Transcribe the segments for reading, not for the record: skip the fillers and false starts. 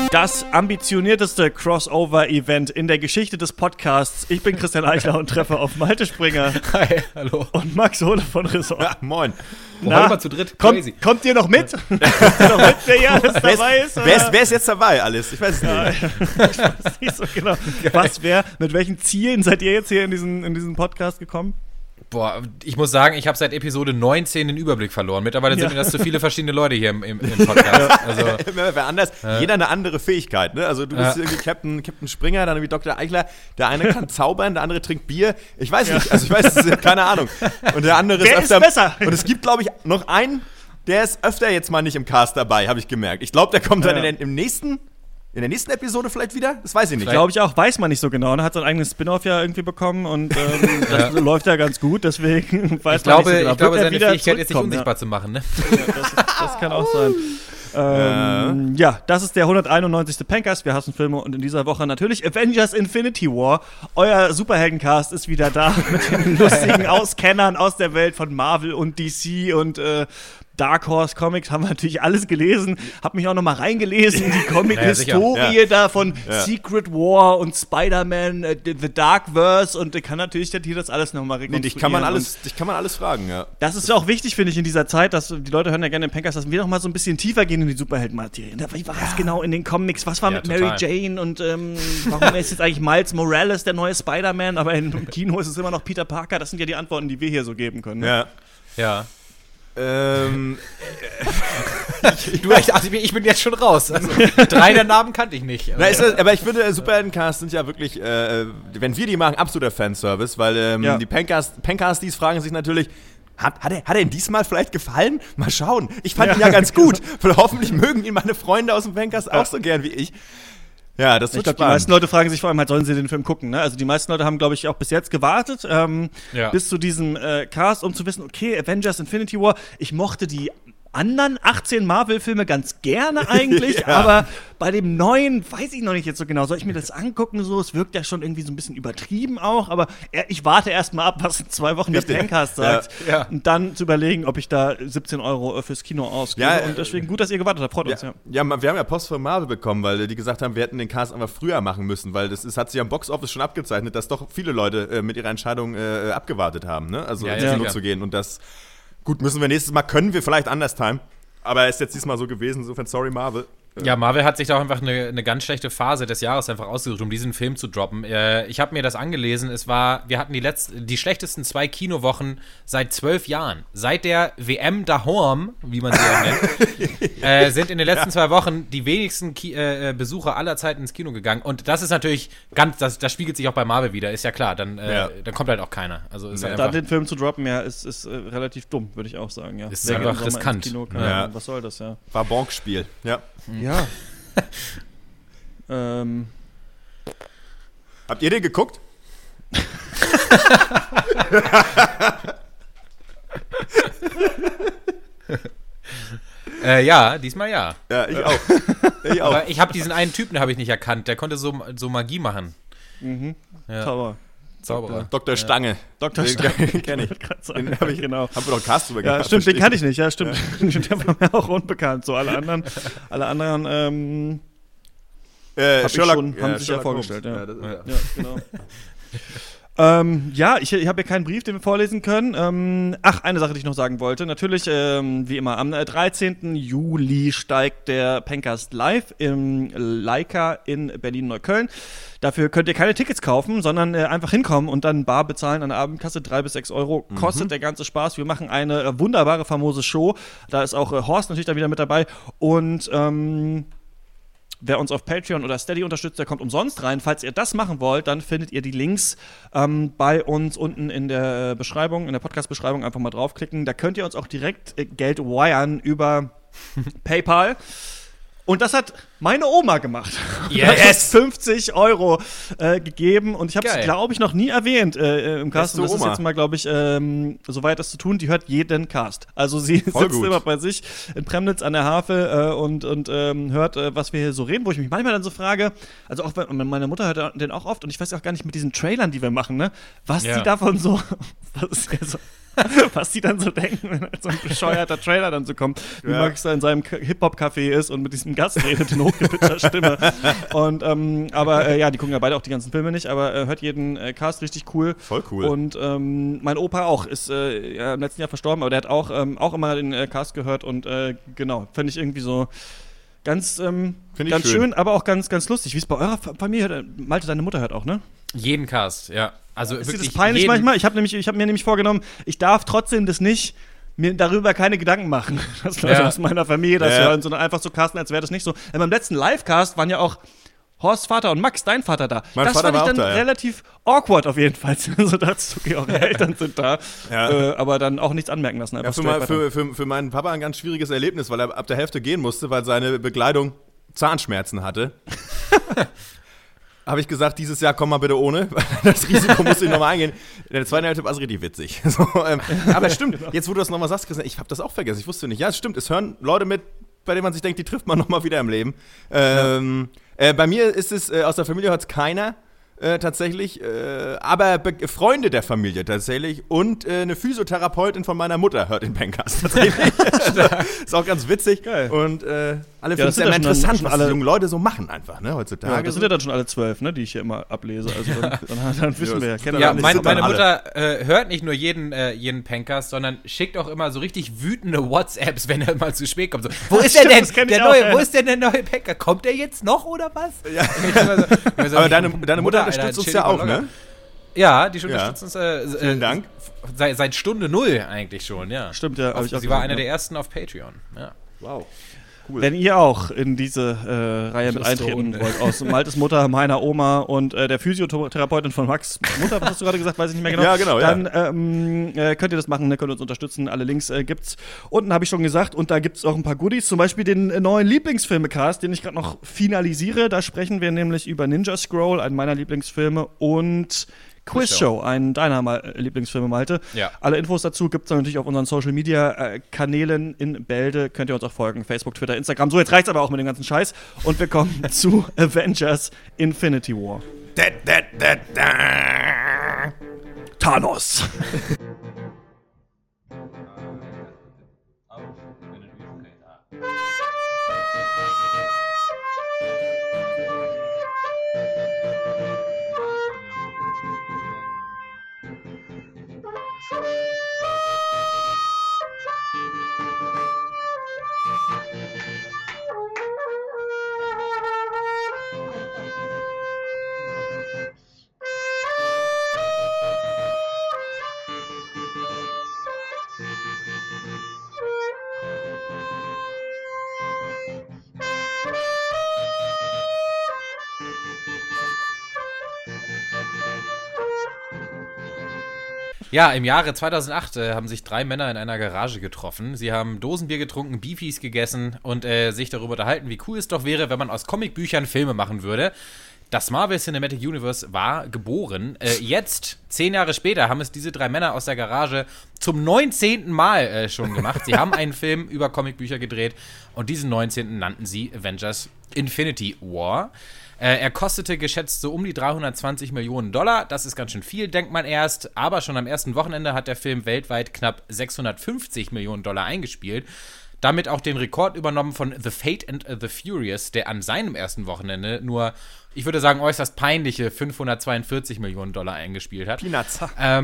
Das ambitionierteste Crossover-Event in der Geschichte des Podcasts. Ich bin Christian Eichler und treffe auf Malte Springer. Hi, hallo. Und Max Hohle von Ressort. Ja, moin. Heute mal zu dritt. Crazy. Kommt ihr noch mit? Kommt ihr noch mit, wer hier alles dabei ist? Wer ist jetzt dabei, alles? Ich weiß es nicht. Ich weiß nicht so genau. Mit welchen Zielen seid ihr jetzt hier in diesen Podcast gekommen? Boah, ich muss sagen, ich habe seit Episode 19 den Überblick verloren. Mittlerweile sind mir das zu viele verschiedene Leute hier im Podcast. Also, wer anders, jeder eine andere Fähigkeit, ne? Also du bist irgendwie Captain Springer, dann irgendwie Dr. Eichler. Der eine kann zaubern, der andere trinkt Bier. Ich weiß nicht, keine Ahnung. Und der andere wer ist besser? Und es gibt, glaube ich, noch einen, der ist öfter jetzt mal nicht im Cast dabei, habe ich gemerkt. Ich glaube, der kommt dann in der nächsten Episode vielleicht wieder? Das weiß ich nicht. Glaube ich auch, weiß man nicht so genau. Er hat sein eigenes Spin-Off ja irgendwie bekommen und das läuft ja ganz gut, deswegen weiß man nicht so genau. Ich glaube, seine Fähigkeit ist, sich unsichtbar zu machen, ne? Das kann auch sein. Das ist der 191. Pencast. Wir hassen Filme und in dieser Woche natürlich Avengers Infinity War. Euer Superheldencast ist wieder da mit den lustigen Auskennern aus der Welt von Marvel und DC und Dark Horse Comics, haben wir natürlich alles gelesen. Hab mich auch noch mal reingelesen in die Comic-Historie da von Secret War und Spider-Man, The Darkverse und kann natürlich hier das alles noch mal rekonstruieren. Dich kann man alles fragen, ja. Das ist ja auch wichtig, finde ich, in dieser Zeit, dass die Leute hören ja gerne im Pencast, dass wir noch mal so ein bisschen tiefer gehen in die Superhelden-Materie. Wie war das genau in den Comics? Was war mit Mary Jane und warum ist jetzt eigentlich Miles Morales der neue Spider-Man, aber im Kino ist es immer noch Peter Parker? Das sind ja die Antworten, die wir hier so geben können. Ne? Ja. Ich bin jetzt schon raus. Also, 3 der Namen kannte ich nicht. Aber ich finde, Superheldencast sind ja wirklich, wenn wir die machen, absoluter Fanservice, weil die Pencasties fragen sich natürlich, hat er ihn diesmal vielleicht gefallen? Mal schauen. Ich fand ihn ja ganz gut. Hoffentlich mögen ihn meine Freunde aus dem Pencast auch so gern wie ich. Ja, das wird spannend. Die meisten Leute fragen sich vor allem halt, sollen sie den Film gucken, ne? Also die meisten Leute haben, glaube ich, auch bis jetzt gewartet, bis zu diesem Cast, um zu wissen, okay, Avengers Infinity War, ich mochte die anderen 18 Marvel-Filme ganz gerne eigentlich, aber bei dem neuen weiß ich noch nicht jetzt so genau. Soll ich mir das angucken? So, es wirkt ja schon irgendwie so ein bisschen übertrieben auch, aber ich warte erst mal ab, was in 2 Wochen der Pencast sagt. Ja. Und dann zu überlegen, ob ich da 17 € fürs Kino ausgebe. Ja, und deswegen gut, dass ihr gewartet habt. Freut uns, ja, wir haben ja Post von Marvel bekommen, weil die gesagt haben, wir hätten den Cast einfach früher machen müssen, weil das hat sich am Boxoffice schon abgezeichnet, dass doch viele Leute mit ihrer Entscheidung abgewartet haben, ne? Also ins Kino zu gehen und das. Gut, müssen wir nächstes Mal, können wir vielleicht anders timen. Aber ist jetzt diesmal so gewesen, insofern sorry Marvel. Ja, Marvel hat sich da auch einfach eine ganz schlechte Phase des Jahres einfach ausgesucht, um diesen Film zu droppen. Ich habe mir das angelesen, wir hatten die schlechtesten 2 Kinowochen seit 12 Jahren. Seit der WM daheim, wie man sie auch nennt, sind in den letzten 2 Wochen die wenigsten Besucher aller Zeiten ins Kino gegangen. Und das ist natürlich das spiegelt sich auch bei Marvel wieder, ist ja klar. Dann kommt halt auch keiner. Also ist dann den Film zu droppen, ist relativ dumm, würde ich auch sagen. Ja. Ist einfach riskant. Was soll das, ja? War Bonkspiel, ja. Ja. Habt ihr den geguckt? Ja, diesmal ja. Ja, ich auch. Aber ich habe diesen einen Typen, habe ich nicht erkannt. Der konnte so Magie machen. Mhm. Ja. Zauberer. Dr. Stange. Dr. Stange. Kenn ich. Den habe ich, genau. Haben wir doch einen Cast drüber gemacht. Ja, stimmt, den kannte ich nicht. Ja, stimmt. Der war mir auch unbekannt. So, alle anderen haben sich ja vorgestellt. Ja, genau. Ich habe hier keinen Brief, den wir vorlesen können. Eine Sache, die ich noch sagen wollte. Natürlich, wie immer, am 13. Juli steigt der Pencast live im Leica in Berlin-Neukölln. Dafür könnt ihr keine Tickets kaufen, sondern einfach hinkommen und dann bar bezahlen an der Abendkasse. 3 bis 6 € kostet der ganze Spaß. Wir machen eine wunderbare, famose Show. Da ist auch Horst natürlich dann wieder mit dabei. Und wer uns auf Patreon oder Steady unterstützt, der kommt umsonst rein. Falls ihr das machen wollt, dann findet ihr die Links bei uns unten in der Beschreibung, in der Podcast-Beschreibung. Einfach mal draufklicken. Da könnt ihr uns auch direkt Geld wiren über PayPal. Und das hat meine Oma gemacht. Yes! 50 € gegeben. Und ich habe es, glaube ich, noch nie erwähnt im Cast. Und das ist jetzt mal, glaube ich, soweit das zu tun. Die hört jeden Cast. Also sie sitzt immer bei sich in Premnitz an der Havel und hört, was wir hier so reden. Wo ich mich manchmal dann so frage, also auch meine Mutter hört den auch oft. Und ich weiß auch gar nicht mit diesen Trailern, die wir machen, ne, was die davon so... Was ist ja so was die dann so denken, wenn halt so ein bescheuerter Trailer dann so kommt, wie Max da in seinem Hip-Hop-Café ist und mit diesem Gast redet in hochgepitchter Stimme. Und, die gucken ja beide auch die ganzen Filme nicht, aber hört jeden Cast richtig cool. Voll cool. Und mein Opa auch, ist im letzten Jahr verstorben, aber der hat auch immer den Cast gehört und genau, fand ich irgendwie so ganz schön, aber auch ganz, ganz lustig. Wie es bei eurer Familie, Malte, deine Mutter hört auch, ne? Jeden Cast, ja. Also ist wirklich das peinlich manchmal? Ich habe mir nämlich vorgenommen, ich darf trotzdem das nicht, mir darüber keine Gedanken machen, dass Leute aus meiner Familie das hören, sondern einfach so casten, als wäre das nicht so. Beim letzten Live-Cast waren ja auch Horsts Vater und Max, dein Vater, da. Mein Vater fand ich dann war auch da, relativ awkward auf jeden Fall. Also dazu, okay, eure Eltern sind da, aber dann auch nichts anmerken lassen. Ja, für meinen Papa ein ganz schwieriges Erlebnis, weil er ab der Hälfte gehen musste, weil seine Bekleidung Zahnschmerzen hatte. Habe ich gesagt, dieses Jahr komm mal bitte ohne, weil das Risiko muss ich nochmal eingehen. In der zweiten Hälfte war es richtig witzig. So, aber stimmt, jetzt wo du das nochmal sagst, Christian, ich habe das auch vergessen, ich wusste nicht. Ja, es stimmt, es hören Leute mit, bei denen man sich denkt, die trifft man nochmal wieder im Leben. Bei mir ist es, aus der Familie hört es keiner. Tatsächlich, aber Freunde der Familie tatsächlich und eine Physiotherapeutin von meiner Mutter hört den Pencast tatsächlich. Ist auch ganz witzig. Geil. Und alle finden es ja immer interessant, was die jungen Leute so machen einfach, ne, heutzutage. Ja, das sind ja dann schon alle 12, ne, die ich hier immer ablese. Also dann wissen wir, kennen ja. wir Meine Mutter hört nicht nur jeden Pencast, sondern schickt auch immer so richtig wütende WhatsApps, wenn er mal zu spät kommt. So, wo ist der denn? Wo ist denn der neue Pencast? Kommt der jetzt noch oder was? Ja. Aber deine Mutter unterstützt uns ja auch, ne? Ja, die unterstützt uns vielen Dank. Seit Stunde 0 eigentlich schon, ja. Stimmt, ja. Sie war eine der ersten auf Patreon, ja. Wow. Cool. Wenn ihr auch in diese Reihe mit eintreten wollt, aus Maltes Mutter, meiner Oma und der Physiotherapeutin von Max Mutter, was hast du gerade gesagt, weiß ich nicht mehr genau. Ja, genau, dann könnt ihr das machen, ne? Könnt ihr uns unterstützen. Alle Links gibt's. Unten habe ich schon gesagt, und da gibt's auch ein paar Goodies, zum Beispiel den neuen Lieblingsfilme-Cast, den ich gerade noch finalisiere. Da sprechen wir nämlich über Ninja Scroll, einen meiner Lieblingsfilme, und Quizshow, einen deiner Lieblingsfilme, Malte. Ja. Alle Infos dazu gibt es natürlich auf unseren Social-Media-Kanälen in Bälde. Könnt ihr uns auch folgen. Facebook, Twitter, Instagram. So, jetzt reicht's aber auch mit dem ganzen Scheiß. Und wir kommen zu Avengers Infinity War. Thanos. Ja, im Jahre 2008 haben sich 3 Männer in einer Garage getroffen. Sie haben Dosenbier getrunken, Beefies gegessen und sich darüber unterhalten, wie cool es doch wäre, wenn man aus Comicbüchern Filme machen würde. Das Marvel Cinematic Universe war geboren. Jetzt, 10 Jahre später, haben es diese 3 Männer aus der Garage zum 19. Mal schon gemacht. Sie haben einen Film über Comicbücher gedreht und diesen 19. nannten sie Avengers Infinity War. Er kostete geschätzt so um die $320 Millionen. Das ist ganz schön viel, denkt man erst. Aber schon am ersten Wochenende hat der Film weltweit knapp $650 Millionen eingespielt. Damit auch den Rekord übernommen von The Fate and the Furious, der an seinem ersten Wochenende nur, ich würde sagen, äußerst peinliche $542 Millionen eingespielt hat. Peanuts.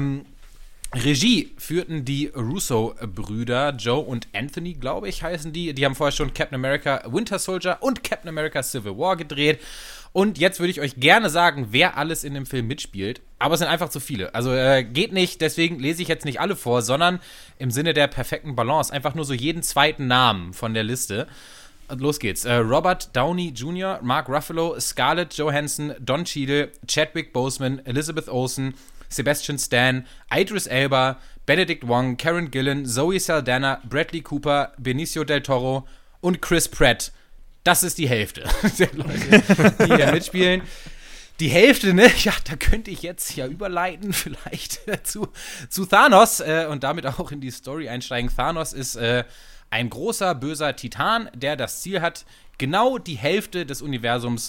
Regie führten die Russo-Brüder, Joe und Anthony, glaube ich, heißen die. Die haben vorher schon Captain America Winter Soldier und Captain America Civil War gedreht. Und jetzt würde ich euch gerne sagen, wer alles in dem Film mitspielt. Aber es sind einfach zu viele. Also geht nicht, deswegen lese ich jetzt nicht alle vor, sondern im Sinne der perfekten Balance einfach nur so jeden zweiten Namen von der Liste. Und los geht's. Robert Downey Jr., Mark Ruffalo, Scarlett Johansson, Don Cheadle, Chadwick Boseman, Elizabeth Olsen, Sebastian Stan, Idris Elba, Benedict Wong, Karen Gillan, Zoe Saldana, Bradley Cooper, Benicio del Toro und Chris Pratt. Das ist die Hälfte der Leute, die hier mitspielen. Die Hälfte, ne? Ja, da könnte ich jetzt ja überleiten vielleicht zu Thanos und damit auch in die Story einsteigen. Thanos ist ein großer, böser Titan, der das Ziel hat, genau die Hälfte des Universums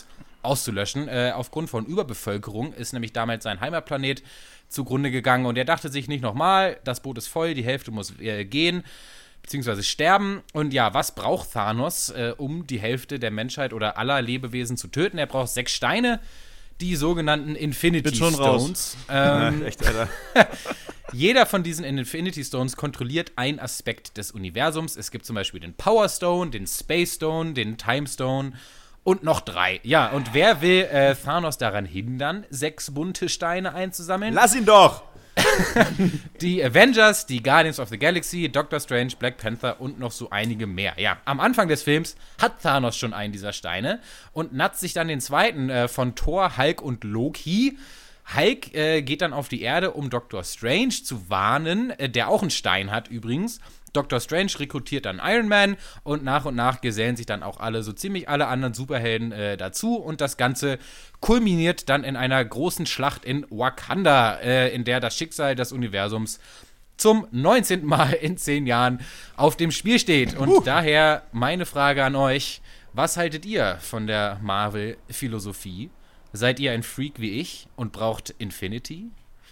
auszulöschen. Aufgrund von Überbevölkerung ist nämlich damals sein Heimatplanet zugrunde gegangen und er dachte sich nicht nochmal, das Boot ist voll, die Hälfte muss gehen, beziehungsweise sterben. Und ja, was braucht Thanos, um die Hälfte der Menschheit oder aller Lebewesen zu töten? Er braucht 6 Steine, die sogenannten Infinity Stones. Echt, Alter. Jeder von diesen Infinity Stones kontrolliert einen Aspekt des Universums. Es gibt zum Beispiel den Power Stone, den Space Stone, den Time Stone und noch 3. Ja, und wer will Thanos daran hindern, 6 bunte Steine einzusammeln? Lass ihn doch! Die Avengers, die Guardians of the Galaxy, Doctor Strange, Black Panther und noch so einige mehr. Ja, am Anfang des Films hat Thanos schon einen dieser Steine und natzt sich dann den zweiten von Thor, Hulk und Loki. Hulk geht dann auf die Erde, um Doctor Strange zu warnen, der auch einen Stein hat übrigens. Doctor Strange rekrutiert dann Iron Man und nach gesellen sich dann auch so ziemlich alle anderen Superhelden dazu und das Ganze kulminiert dann in einer großen Schlacht in Wakanda, in der das Schicksal des Universums zum 19. Mal in 10 Jahren auf dem Spiel steht. Und daher meine Frage an euch, was haltet ihr von der Marvel-Philosophie? Seid ihr ein Freak wie ich und braucht Infinity?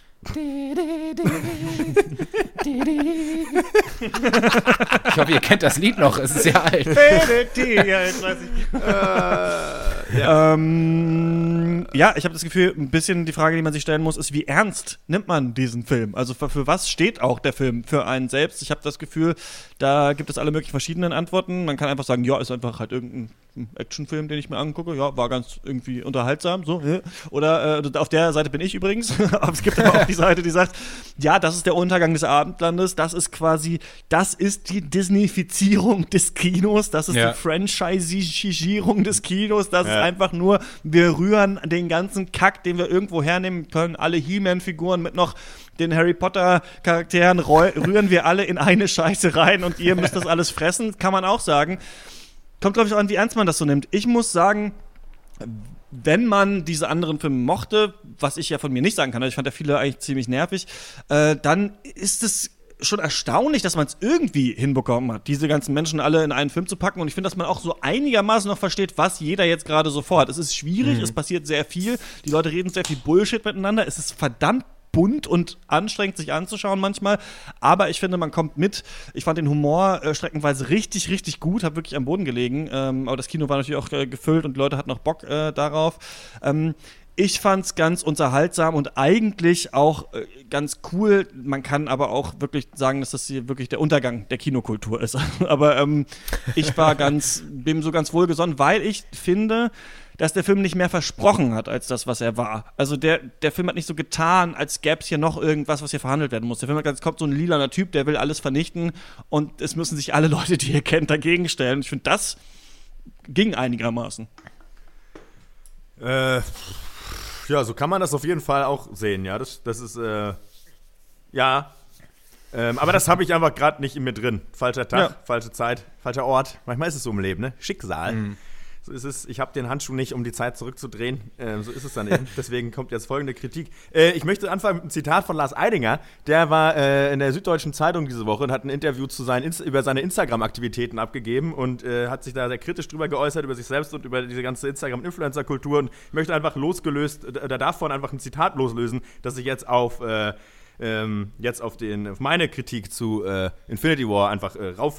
Ich hoffe, ihr kennt das Lied noch, es ist sehr alt. Ja, jetzt weiß ich. Ja, ich habe das Gefühl, ein bisschen die Frage, die man sich stellen muss, ist, wie ernst nimmt man diesen Film? Also für was steht auch der Film für einen selbst? Ich habe das Gefühl, da gibt es alle möglichen verschiedenen Antworten. Man kann einfach sagen, ja, ist einfach halt irgendein Actionfilm, den ich mir angucke. Ja, war ganz irgendwie unterhaltsam. So. Oder auf der Seite bin ich übrigens. Aber es gibt aber auch die Seite, die sagt, ja, das ist der Untergang des Abendlandes. Das ist die Disneyfizierung des Kinos. Das ist die Franchisierung des Kinos. Das ist einfach nur, wir rühren den ganzen Kack, den wir irgendwo hernehmen können. Alle He-Man-Figuren mit noch den Harry Potter-Charakteren rühren wir alle in eine Scheiße rein und ihr müsst das alles fressen. Kann man auch sagen. Kommt, glaube ich, auch an, wie ernst man das so nimmt. Ich muss sagen, wenn man diese anderen Filme mochte, was ich ja von mir nicht sagen kann, ich fand ja viele eigentlich ziemlich nervig, dann ist es schon erstaunlich, dass man es irgendwie hinbekommen hat, diese ganzen Menschen alle in einen Film zu packen. Und ich finde, dass man auch so einigermaßen noch versteht, was jeder jetzt gerade so vorhat. Es ist schwierig, es passiert sehr viel, die Leute reden sehr viel Bullshit miteinander, es ist verdammt bunt und anstrengend, sich anzuschauen manchmal, aber ich finde, man kommt mit. Ich fand den Humor streckenweise richtig, richtig gut, habe wirklich am Boden gelegen, aber das Kino war natürlich auch gefüllt und die Leute hatten auch Bock darauf. Ich fand's ganz unterhaltsam und eigentlich auch ganz cool. Man kann aber auch wirklich sagen, dass das hier wirklich der Untergang der Kinokultur ist. Aber ich war bin so ganz wohlgesonnen, weil ich finde, dass der Film nicht mehr versprochen hat, als das, was er war. Also der Film hat nicht so getan, als gäbe es hier noch irgendwas, was hier verhandelt werden muss. Der Film hat gesagt, es kommt so ein lilaner Typ, der will alles vernichten und es müssen sich alle Leute, die ihr kennt, dagegen stellen. Ich finde, das ging einigermaßen. Ja, so kann man das auf jeden Fall auch sehen, ja. Das ist, ja. Aber das habe ich einfach gerade nicht in mir drin. Falscher Tag, falsche Zeit, falscher Ort. Manchmal ist es so im Leben, ne? Schicksal. So ist es. Ich habe den Handschuh nicht, um die Zeit zurückzudrehen. So ist es dann eben. Deswegen kommt jetzt folgende Kritik. Ich möchte anfangen mit einem Zitat von Lars Eidinger. Der war in der Süddeutschen Zeitung diese Woche und hat ein Interview über seine Instagram-Aktivitäten abgegeben und hat sich da sehr kritisch drüber geäußert, über sich selbst und über diese ganze Instagram-Influencer-Kultur. Und ich möchte einfach davon einfach ein Zitat loslösen, das ich jetzt auf meine Kritik zu Infinity War einfach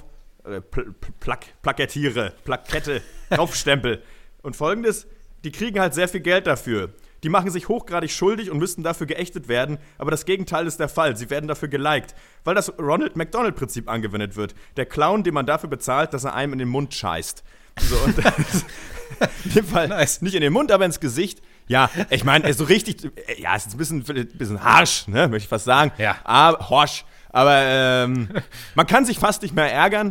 Plakette, Raufstempel. Und Folgendes, die kriegen halt sehr viel Geld dafür. Die machen sich hochgradig schuldig und müssten dafür geächtet werden, aber das Gegenteil ist der Fall. Sie werden dafür geliked, weil das Ronald McDonald-Prinzip angewendet wird. Der Clown, den man dafür bezahlt, dass er einem in den Mund scheißt. So, und in dem Fall nicht in den Mund, aber ins Gesicht. Ja, ich meine, so richtig, ja, es ist ein bisschen harsch, ne, möchte ich fast sagen. Ja. Horsch. Aber man kann sich fast nicht mehr ärgern.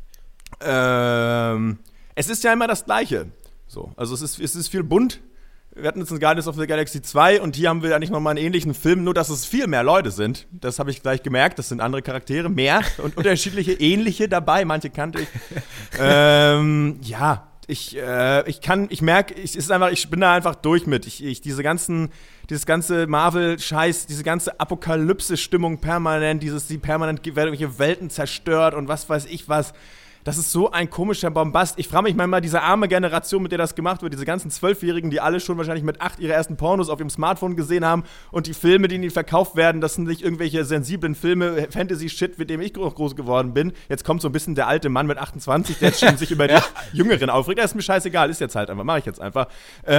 Es ist ja immer das Gleiche. So, also es ist viel bunt. Wir hatten jetzt ein Guardians of the Galaxy 2 und hier haben wir eigentlich nochmal einen ähnlichen Film, nur dass es viel mehr Leute sind. Das habe ich gleich gemerkt, das sind andere Charaktere, mehr und unterschiedliche, ähnliche dabei, manche kannte ich. Ja, ich bin da einfach durch mit. Dieses ganze Marvel-Scheiß, diese ganze Apokalypse-Stimmung permanent, die permanent werden irgendwelche Welten zerstört und was weiß ich was. das ist so ein komischer Bombast. Ich frage mich manchmal, diese arme Generation, mit der das gemacht wird, diese ganzen 12-Jährigen, die alle schon wahrscheinlich mit 8 ihre ersten Pornos auf ihrem Smartphone gesehen haben und die Filme, die ihnen verkauft werden, das sind nicht irgendwelche sensiblen Filme, Fantasy-Shit, mit dem ich groß geworden bin. Jetzt kommt so ein bisschen der alte Mann mit 28, der jetzt schon sich über die Jüngeren aufregt. Das ist mir scheißegal, ist jetzt halt einfach, mache ich jetzt einfach.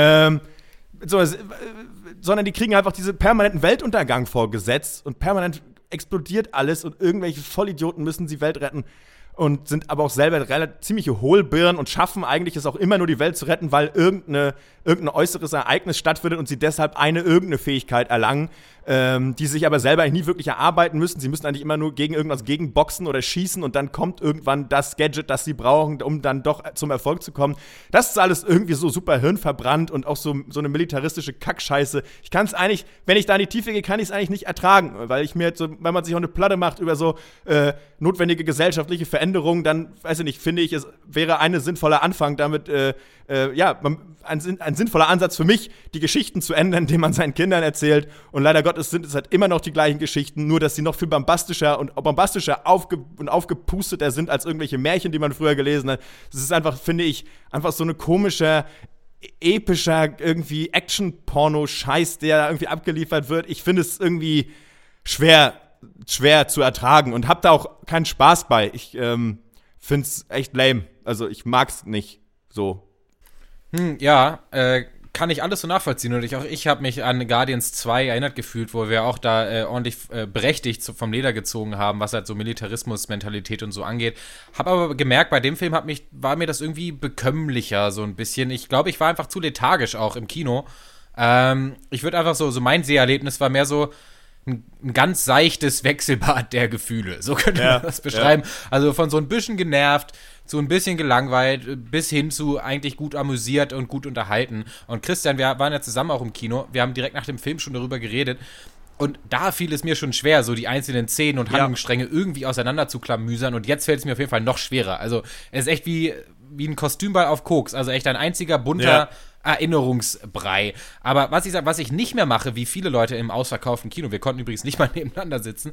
Sondern die kriegen einfach diesen permanenten Weltuntergang vorgesetzt und permanent explodiert alles und irgendwelche Vollidioten müssen die Welt retten und sind aber auch selber ziemliche Hohlbirnen und schaffen eigentlich es auch immer nur, die Welt zu retten, weil irgendein äußeres Ereignis stattfindet und sie deshalb irgendeine Fähigkeit erlangen, die sich aber selber eigentlich nie wirklich erarbeiten müssen. Sie müssen eigentlich immer nur gegen irgendwas gegenboxen oder schießen und dann kommt irgendwann das Gadget, das sie brauchen, um dann doch zum Erfolg zu kommen. Das ist alles irgendwie so super hirnverbrannt und auch so eine militaristische Kackscheiße. Ich kann es eigentlich, wenn ich da in die Tiefe gehe, kann ich es eigentlich nicht ertragen, weil ich mir so, wenn man sich auch eine Platte macht über so notwendige gesellschaftliche Veränderungen, dann, weiß ich nicht, finde ich, es wäre ein sinnvoller Anfang, damit, ein sinnvoller Ansatz für mich, die Geschichten zu ändern, indem man seinen Kindern erzählt. Und leider Gottes sind es halt immer noch die gleichen Geschichten, nur dass sie noch viel bombastischer und aufgepusteter sind als irgendwelche Märchen, die man früher gelesen hat. Das ist einfach, finde ich, einfach so eine komische, epischer, irgendwie Action-Porno-Scheiß, der da irgendwie abgeliefert wird. Ich finde es irgendwie schwer zu ertragen und hab da auch keinen Spaß bei. Ich finde es echt lame. Also ich mag's nicht so. Kann ich alles so nachvollziehen. Und ich habe mich an Guardians 2 erinnert gefühlt, wo wir auch da ordentlich berechtigt vom Leder gezogen haben, was halt so Militarismus-Mentalität und so angeht. Hab aber gemerkt, bei dem Film war mir das irgendwie bekömmlicher so ein bisschen. Ich glaube, ich war einfach zu lethargisch auch im Kino. Ich würde einfach so mein Seherlebnis war mehr so ein ganz seichtes Wechselbad der Gefühle. So könnte man das beschreiben. Ja. Also von so ein bisschen genervt, so ein bisschen gelangweilt, bis hin zu eigentlich gut amüsiert und gut unterhalten. Und Christian, wir waren ja zusammen auch im Kino. Wir haben direkt nach dem Film schon darüber geredet. Und da fiel es mir schon schwer, so die einzelnen Szenen und Handlungsstränge irgendwie auseinander zu klamüsern. Und jetzt fällt es mir auf jeden Fall noch schwerer. Also es ist echt wie ein Kostümball auf Koks. Also echt ein einziger bunter Erinnerungsbrei. Aber was ich nicht mehr mache, wie viele Leute im ausverkauften Kino, wir konnten übrigens nicht mal nebeneinander sitzen.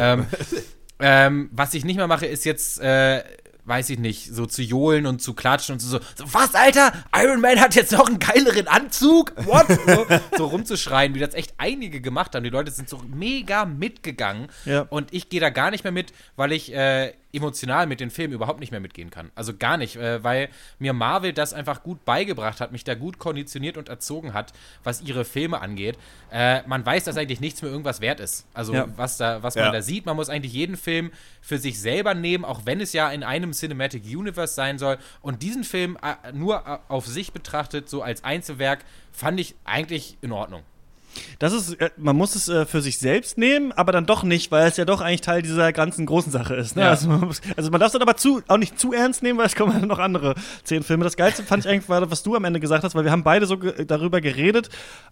Was ich nicht mehr mache, ist jetzt weiß ich nicht, so zu johlen und zu klatschen und so, was, Alter? Iron Man hat jetzt noch einen geileren Anzug? What? So rumzuschreien, wie das echt einige gemacht haben. Die Leute sind so mega mitgegangen. Ja. Und ich gehe da gar nicht mehr mit, weil ich emotional mit den Filmen überhaupt nicht mehr mitgehen kann. Also gar nicht, weil mir Marvel das einfach gut beigebracht hat, mich da gut konditioniert und erzogen hat, was ihre Filme angeht. Man weiß, dass eigentlich nichts mehr irgendwas wert ist. Also was man da sieht, man muss eigentlich jeden Film für sich selber nehmen, auch wenn es ja in einem Cinematic Universe sein soll. Und diesen Film nur auf sich betrachtet, so als Einzelwerk, fand ich eigentlich in Ordnung. Das ist, man muss es für sich selbst nehmen, aber dann doch nicht, weil es ja doch eigentlich Teil dieser ganzen großen Sache ist. Ne? Ja. Also man darf es dann aber auch nicht zu ernst nehmen, weil es kommen ja noch andere 10 Filme. Das Geilste fand ich eigentlich, war, was du am Ende gesagt hast, weil wir haben beide so darüber geredet,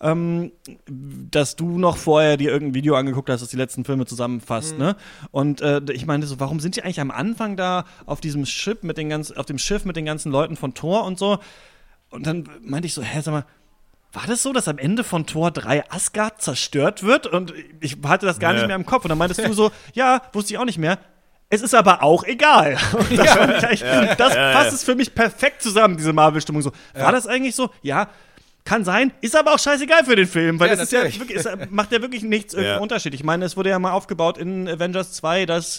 dass du noch vorher dir irgendein Video angeguckt hast, das die letzten Filme zusammenfasst. Ne? Und ich meine so, warum sind die eigentlich am Anfang da auf diesem Schiff mit den ganzen Leuten von Thor und so? Und dann meinte ich so, sag mal, war das so, dass am Ende von Tor 3 Asgard zerstört wird? Und ich hatte das gar nicht mehr im Kopf. Und dann meintest du so, ja, wusste ich auch nicht mehr. Es ist aber auch egal. Und das passt es für mich perfekt zusammen, diese Marvel-Stimmung. So, war das eigentlich so? Ja, kann sein. Ist aber auch scheißegal für den Film, weil es ist ja wirklich, macht ja wirklich nichts irgendeinen Unterschied. Ich meine, es wurde ja mal aufgebaut in Avengers 2, dass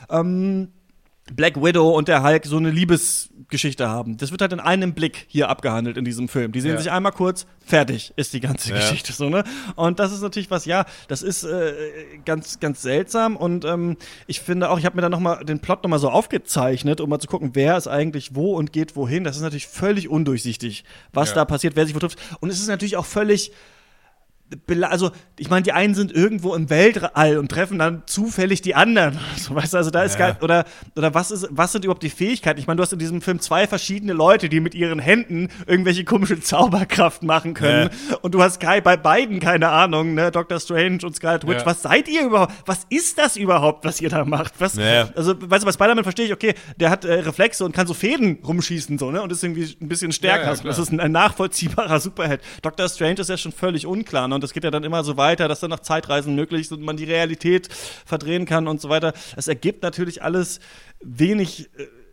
Black Widow und der Hulk so eine Liebesgeschichte haben. Das wird halt in einem Blick hier abgehandelt in diesem Film. Die sehen sich einmal kurz, fertig ist die ganze Geschichte so, ne? Und das ist natürlich was, das ist ganz, ganz seltsam und ich finde auch, ich habe mir dann den Plot nochmal so aufgezeichnet, um mal zu gucken, wer ist eigentlich wo und geht wohin. Das ist natürlich völlig undurchsichtig, was da passiert, wer sich wo trifft. Und es ist natürlich auch völlig also, ich meine, die einen sind irgendwo im Weltall und treffen dann zufällig die anderen. So, weißt du, also da ist oder was sind überhaupt die Fähigkeiten? Ich meine, du hast in diesem Film 2 verschiedene Leute, die mit ihren Händen irgendwelche komische Zauberkraft machen können. Und du hast bei beiden keine Ahnung, ne? Doctor Strange und Scarlet Witch. Was seid ihr überhaupt? Was ist das überhaupt, was ihr da macht? Also, weißt du, bei Spider-Man verstehe ich, okay, der hat Reflexe und kann so Fäden rumschießen, so, ne? Und ist irgendwie ein bisschen stärker. Das ist ein nachvollziehbarer Superheld. Doctor Strange ist ja schon völlig unklar, ne? Und das geht ja dann immer so weiter, dass dann noch Zeitreisen möglich sind und man die Realität verdrehen kann und so weiter. Es ergibt natürlich alles wenig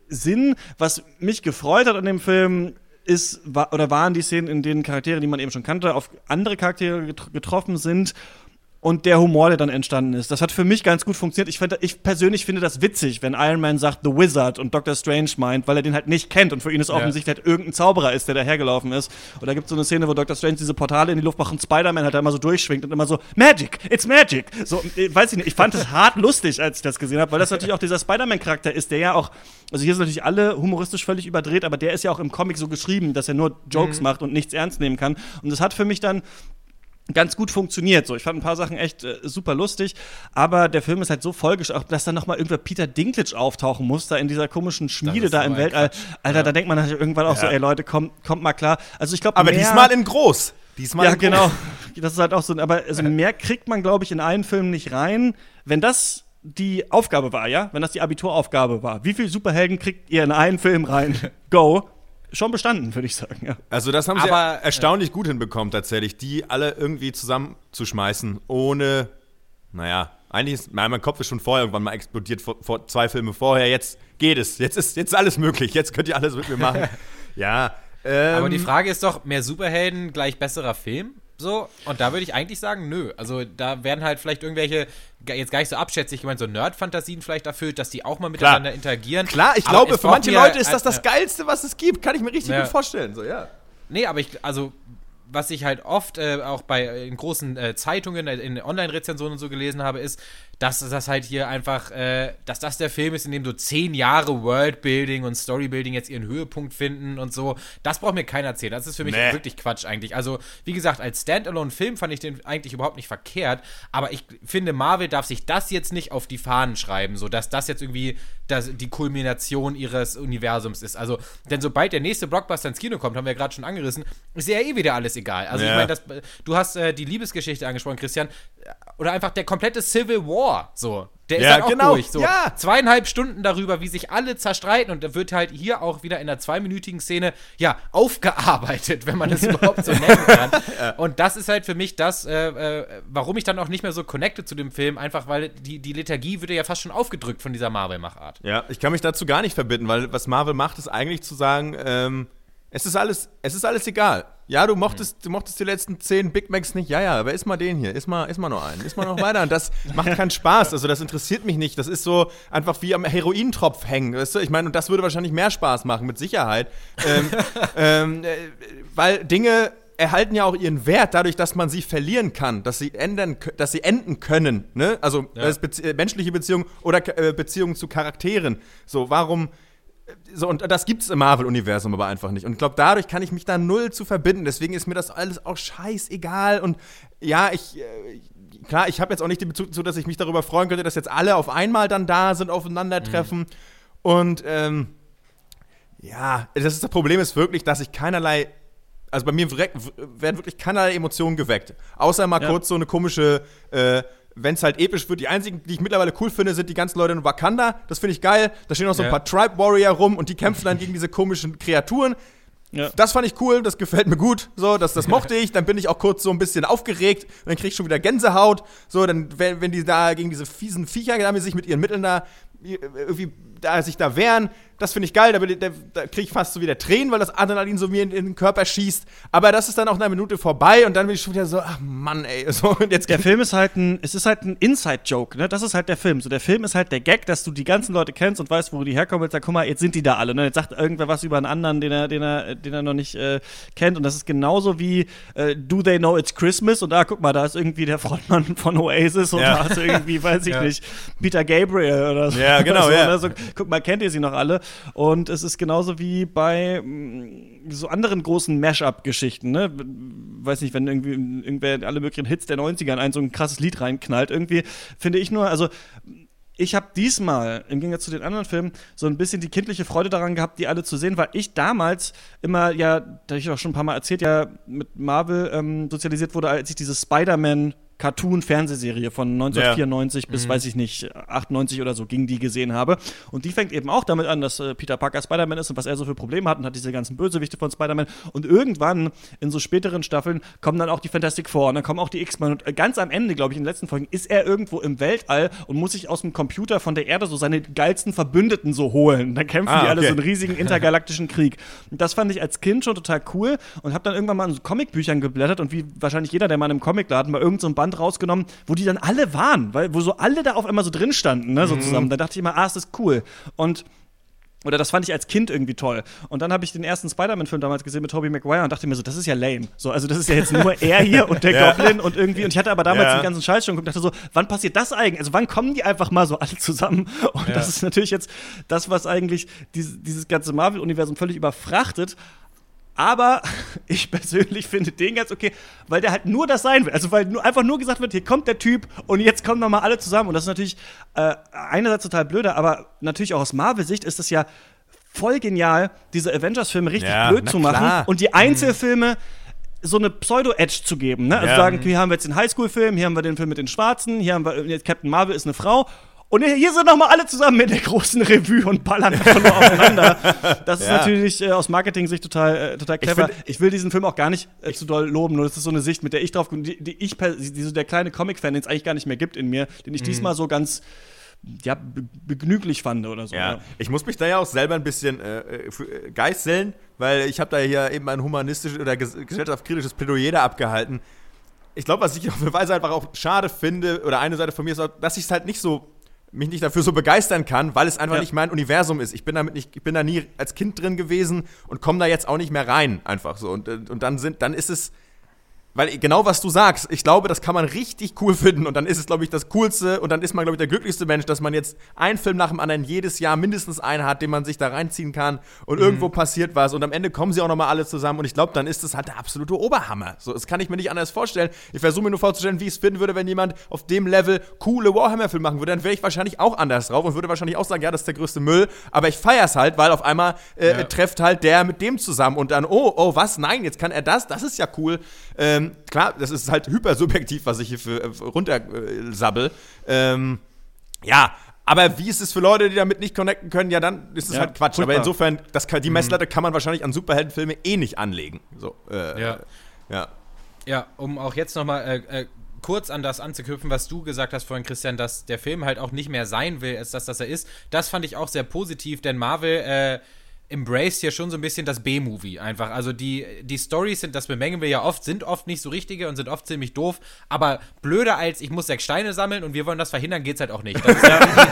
Sinn. Was mich gefreut hat an dem Film waren die Szenen, in denen Charaktere, die man eben schon kannte, auf andere Charaktere getroffen sind. Und der Humor, der dann entstanden ist, das hat für mich ganz gut funktioniert. Ich persönlich finde das witzig, wenn Iron Man sagt The Wizard und Doctor Strange meint, weil er den halt nicht kennt und für ihn es offensichtlich halt irgendein Zauberer ist, der dahergelaufen ist. Und da gibt es so eine Szene, wo Doctor Strange diese Portale in die Luft macht und Spider-Man halt da immer so durchschwingt und immer so Magic, it's Magic. So, weiß ich nicht, ich fand es hart lustig, als ich das gesehen habe, weil das natürlich auch dieser Spider-Man-Charakter ist, der ja auch, also hier sind natürlich alle humoristisch völlig überdreht, aber der ist ja auch im Comic so geschrieben, dass er nur Jokes macht und nichts ernst nehmen kann. Und das hat für mich dann ganz gut funktioniert. So, ich fand ein paar Sachen echt super lustig, aber der Film ist halt so vollgestopft, dass dann nochmal irgendwer Peter Dinklage auftauchen muss, da in dieser komischen Schmiede da im Weltall. Alter, da denkt man halt irgendwann auch so, ey Leute, kommt mal klar. Also ich glaube, aber diesmal in groß. Ja, genau. Das ist halt auch so, aber also mehr kriegt man, glaube ich, in einen Film nicht rein, wenn das die Aufgabe war, ja? Wenn das die Abituraufgabe war. Wie viele Superhelden kriegt ihr in einen Film rein? Go. Schon bestanden, würde ich sagen, ja. Also das haben sie erstaunlich gut hinbekommen, tatsächlich, die alle irgendwie zusammenzuschmeißen, ohne, naja, eigentlich ist mein Kopf ist schon vorher irgendwann mal explodiert, vor 2 Filme vorher, jetzt geht es, jetzt ist alles möglich, jetzt könnt ihr alles mit mir machen. Ja. Aber die Frage ist doch, mehr Superhelden gleich besserer Film? So, und da würde ich eigentlich sagen, nö. Also da werden halt vielleicht irgendwelche, jetzt gar nicht so abschätzig gemeint, so Nerd-Fantasien vielleicht erfüllt, dass die auch mal miteinander interagieren. Klar, ich glaube, für manche Leute ist das Geilste, was es gibt. Kann ich mir richtig gut vorstellen. So, ja. Nee, aber was ich halt oft auch in großen Zeitungen, in Online-Rezensionen und so gelesen habe, ist, dass das halt hier einfach, dass das der Film ist, in dem so 10 Jahre Worldbuilding und Storybuilding jetzt ihren Höhepunkt finden und so. Das braucht mir keiner erzählen. Das ist für mich wirklich Quatsch eigentlich. Also, wie gesagt, als Standalone-Film fand ich den eigentlich überhaupt nicht verkehrt, aber ich finde, Marvel darf sich das jetzt nicht auf die Fahnen schreiben, so dass das jetzt irgendwie die Kulmination ihres Universums ist. Also, denn sobald der nächste Blockbuster ins Kino kommt, haben wir ja gerade schon angerissen, ist ja wieder alles egal. Also, ich meine, du hast die Liebesgeschichte angesprochen, Christian, oder einfach der komplette Civil War. So, der ist dann auch durch. So. 2,5 Stunden darüber, wie sich alle zerstreiten, und da wird halt hier auch wieder in einer 2-minütigen Szene aufgearbeitet, wenn man es überhaupt so nennen kann. Und das ist halt für mich das, warum ich dann auch nicht mehr so connecte zu dem Film, einfach weil die Lethargie wird ja fast schon aufgedrückt von dieser Marvel-Machart. Ja, ich kann mich dazu gar nicht verbinden, weil was Marvel macht, ist eigentlich zu sagen, es ist alles egal. Ja, du mochtest die letzten 10 Big Macs nicht. Ja, aber iss mal den hier. Iss mal noch einen. Iss mal noch weiter. Und das macht keinen Spaß. Also, das interessiert mich nicht. Das ist so einfach wie am Herointropf hängen. Weißt du? Ich meine, und das würde wahrscheinlich mehr Spaß machen, mit Sicherheit. Weil Dinge erhalten ja auch ihren Wert dadurch, dass man sie verlieren kann, dass sie enden können. Ne? Also, menschliche Beziehungen oder Beziehungen zu Charakteren. So, warum. So, und das gibt's im Marvel-Universum aber einfach nicht. Und ich glaube, dadurch kann ich mich da null zu verbinden. Deswegen ist mir das alles auch scheißegal. Und ja, ich habe jetzt auch nicht den Bezug dazu, dass ich mich darüber freuen könnte, dass jetzt alle auf einmal dann da sind, aufeinandertreffen. Und das Problem ist wirklich, dass ich keinerlei, also bei mir werden wirklich keinerlei Emotionen geweckt. Außer mal kurz so eine komische, wenn es halt episch wird. Die einzigen, die ich mittlerweile cool finde, sind die ganzen Leute in Wakanda. Das finde ich geil. Da stehen auch so ein paar Tribe Warrior rum und die kämpfen dann gegen diese komischen Kreaturen. Ja. Das fand ich cool, das gefällt mir gut. So, das mochte ich. Dann bin ich auch kurz so ein bisschen aufgeregt und dann krieg ich schon wieder Gänsehaut. So, dann, wenn die da gegen diese fiesen Viecher sich mit ihren Mitteln da irgendwie sich da wehren, das finde ich geil, da kriege ich fast so wieder Tränen, weil das Adrenalin so mir in den Körper schießt. Aber das ist dann auch eine Minute vorbei und dann bin ich schon wieder so, ach Mann, ey. So, und jetzt der Film ist halt ein Inside-Joke, ne? Das ist halt der Film. So, der Film ist halt der Gag, dass du die ganzen Leute kennst und weißt, wo die herkommen. Jetzt sag, guck mal, jetzt sind die da alle. Ne? Jetzt sagt irgendwer was über einen anderen, den er noch nicht kennt. Und das ist genauso wie Do They Know It's Christmas? Und guck mal, da ist irgendwie der Frontmann von Oasis und da ist irgendwie, weiß ich nicht, Peter Gabriel oder so. Ja, genau, so, ne? So, guck mal, kennt ihr sie noch alle? Und es ist genauso wie bei so anderen großen Mash-up-Geschichten, ne? Weiß nicht, wenn irgendwer alle möglichen Hits der 90er in so ein krasses Lied reinknallt. Irgendwie finde ich nur, also ich habe diesmal, im Gegensatz zu den anderen Filmen, so ein bisschen die kindliche Freude daran gehabt, die alle zu sehen, weil ich damals immer, da habe ich auch schon ein paar Mal erzählt, mit Marvel sozialisiert wurde, als ich diese Spider-Man Cartoon-Fernsehserie von 1994 bis, weiß ich nicht, 98 oder so ging, die gesehen habe. Und die fängt eben auch damit an, dass Peter Parker Spider-Man ist und was er so für Probleme hat und hat diese ganzen Bösewichte von Spider-Man. Und irgendwann in so späteren Staffeln kommen dann auch die Fantastic Four und dann kommen auch die X-Men. Und ganz am Ende, glaube ich, in den letzten Folgen, ist er irgendwo im Weltall und muss sich aus dem Computer von der Erde so seine geilsten Verbündeten so holen. Und dann kämpfen die alle so einen riesigen intergalaktischen Krieg. Und das fand ich als Kind schon total cool und habe dann irgendwann mal in so Comicbüchern geblättert und wie wahrscheinlich jeder, der mal in einem Comicladen mal irgend so ein Band rausgenommen, wo die dann alle waren, wo so alle da auf einmal so drin standen, ne, so zusammen. Da dachte ich immer, ist das cool. Oder das fand ich als Kind irgendwie toll. Und dann habe ich den ersten Spider-Man-Film damals gesehen mit Tobey Maguire und dachte mir so, das ist ja lame. So, also das ist ja jetzt nur er hier und der Goblin und irgendwie. Und ich hatte aber damals den ganzen Scheiß schon geguckt und dachte so, wann passiert das eigentlich? Also wann kommen die einfach mal so alle zusammen? Und das ist natürlich jetzt das, was eigentlich dieses ganze Marvel-Universum völlig überfrachtet. Aber ich persönlich finde den ganz okay, weil der halt nur das sein will. Also weil einfach nur gesagt wird, hier kommt der Typ und jetzt kommen nochmal alle zusammen. Und das ist natürlich einerseits total blöde, aber natürlich auch aus Marvel-Sicht ist es ja voll genial, diese Avengers-Filme richtig blöd zu machen. Klar. Und die Einzelfilme so eine Pseudo-Edge zu geben. Ne? Also sagen, hier haben wir jetzt den Highschool-Film, hier haben wir den Film mit den Schwarzen, hier haben wir jetzt Captain Marvel ist eine Frau. Und hier sind nochmal alle zusammen in der großen Revue und ballern einfach nur aufeinander. Das ist natürlich aus Marketing-Sicht total clever. Ich will diesen Film auch gar nicht zu doll loben, nur das ist so eine Sicht, mit der ich drauf komme, die so der kleine Comic-Fan, den es eigentlich gar nicht mehr gibt in mir, den ich diesmal so ganz begnüglich fand oder so. Ja. Ich muss mich da ja auch selber ein bisschen geißeln, weil ich habe da hier eben ein humanistisches oder gesellschaftskritisches Plädoyer da abgehalten. Ich glaube, was ich auf eine Weise einfach auch schade finde, oder eine Seite von mir ist auch, dass ich es halt mich nicht dafür so begeistern kann, weil es einfach nicht mein Universum ist. Ich bin da nie als Kind drin gewesen und komme da jetzt auch nicht mehr rein, einfach so. Und dann ist es, weil genau was du sagst, ich glaube, das kann man richtig cool finden und dann ist es, glaube ich, das Coolste und dann ist man, glaube ich, der glücklichste Mensch, dass man jetzt einen Film nach dem anderen jedes Jahr mindestens einen hat, den man sich da reinziehen kann und irgendwo passiert was und am Ende kommen sie auch nochmal alle zusammen und ich glaube, dann ist das halt der absolute Oberhammer. So, das kann ich mir nicht anders vorstellen. Ich versuche mir nur vorzustellen, wie ich es finden würde, wenn jemand auf dem Level coole Warhammer-Filme machen würde, dann wäre ich wahrscheinlich auch anders drauf und würde wahrscheinlich auch sagen, ja, das ist der größte Müll, aber ich feier's halt, weil auf einmal trefft halt der mit dem zusammen und dann, oh, was? Nein, jetzt kann er das ist ja cool. Klar, das ist halt hypersubjektiv, was ich hier für runtersabbel. Aber wie ist es für Leute, die damit nicht connecten können? Ja, dann ist es halt Quatsch. Furchtbar. Aber insofern, die Messlatte kann man wahrscheinlich an Superheldenfilme nicht anlegen. So, Ja, um auch jetzt nochmal kurz an das anzuknüpfen, was du gesagt hast vorhin, Christian, dass der Film halt auch nicht mehr sein will, als dass er ist. Das fand ich auch sehr positiv, denn Marvel embraced ja schon so ein bisschen das B-Movie einfach. Also die Storys das bemängeln wir ja oft, sind oft nicht so richtige und sind oft ziemlich doof, aber blöder als ich muss 6 Steine sammeln und wir wollen das verhindern, geht's halt auch nicht. Das ist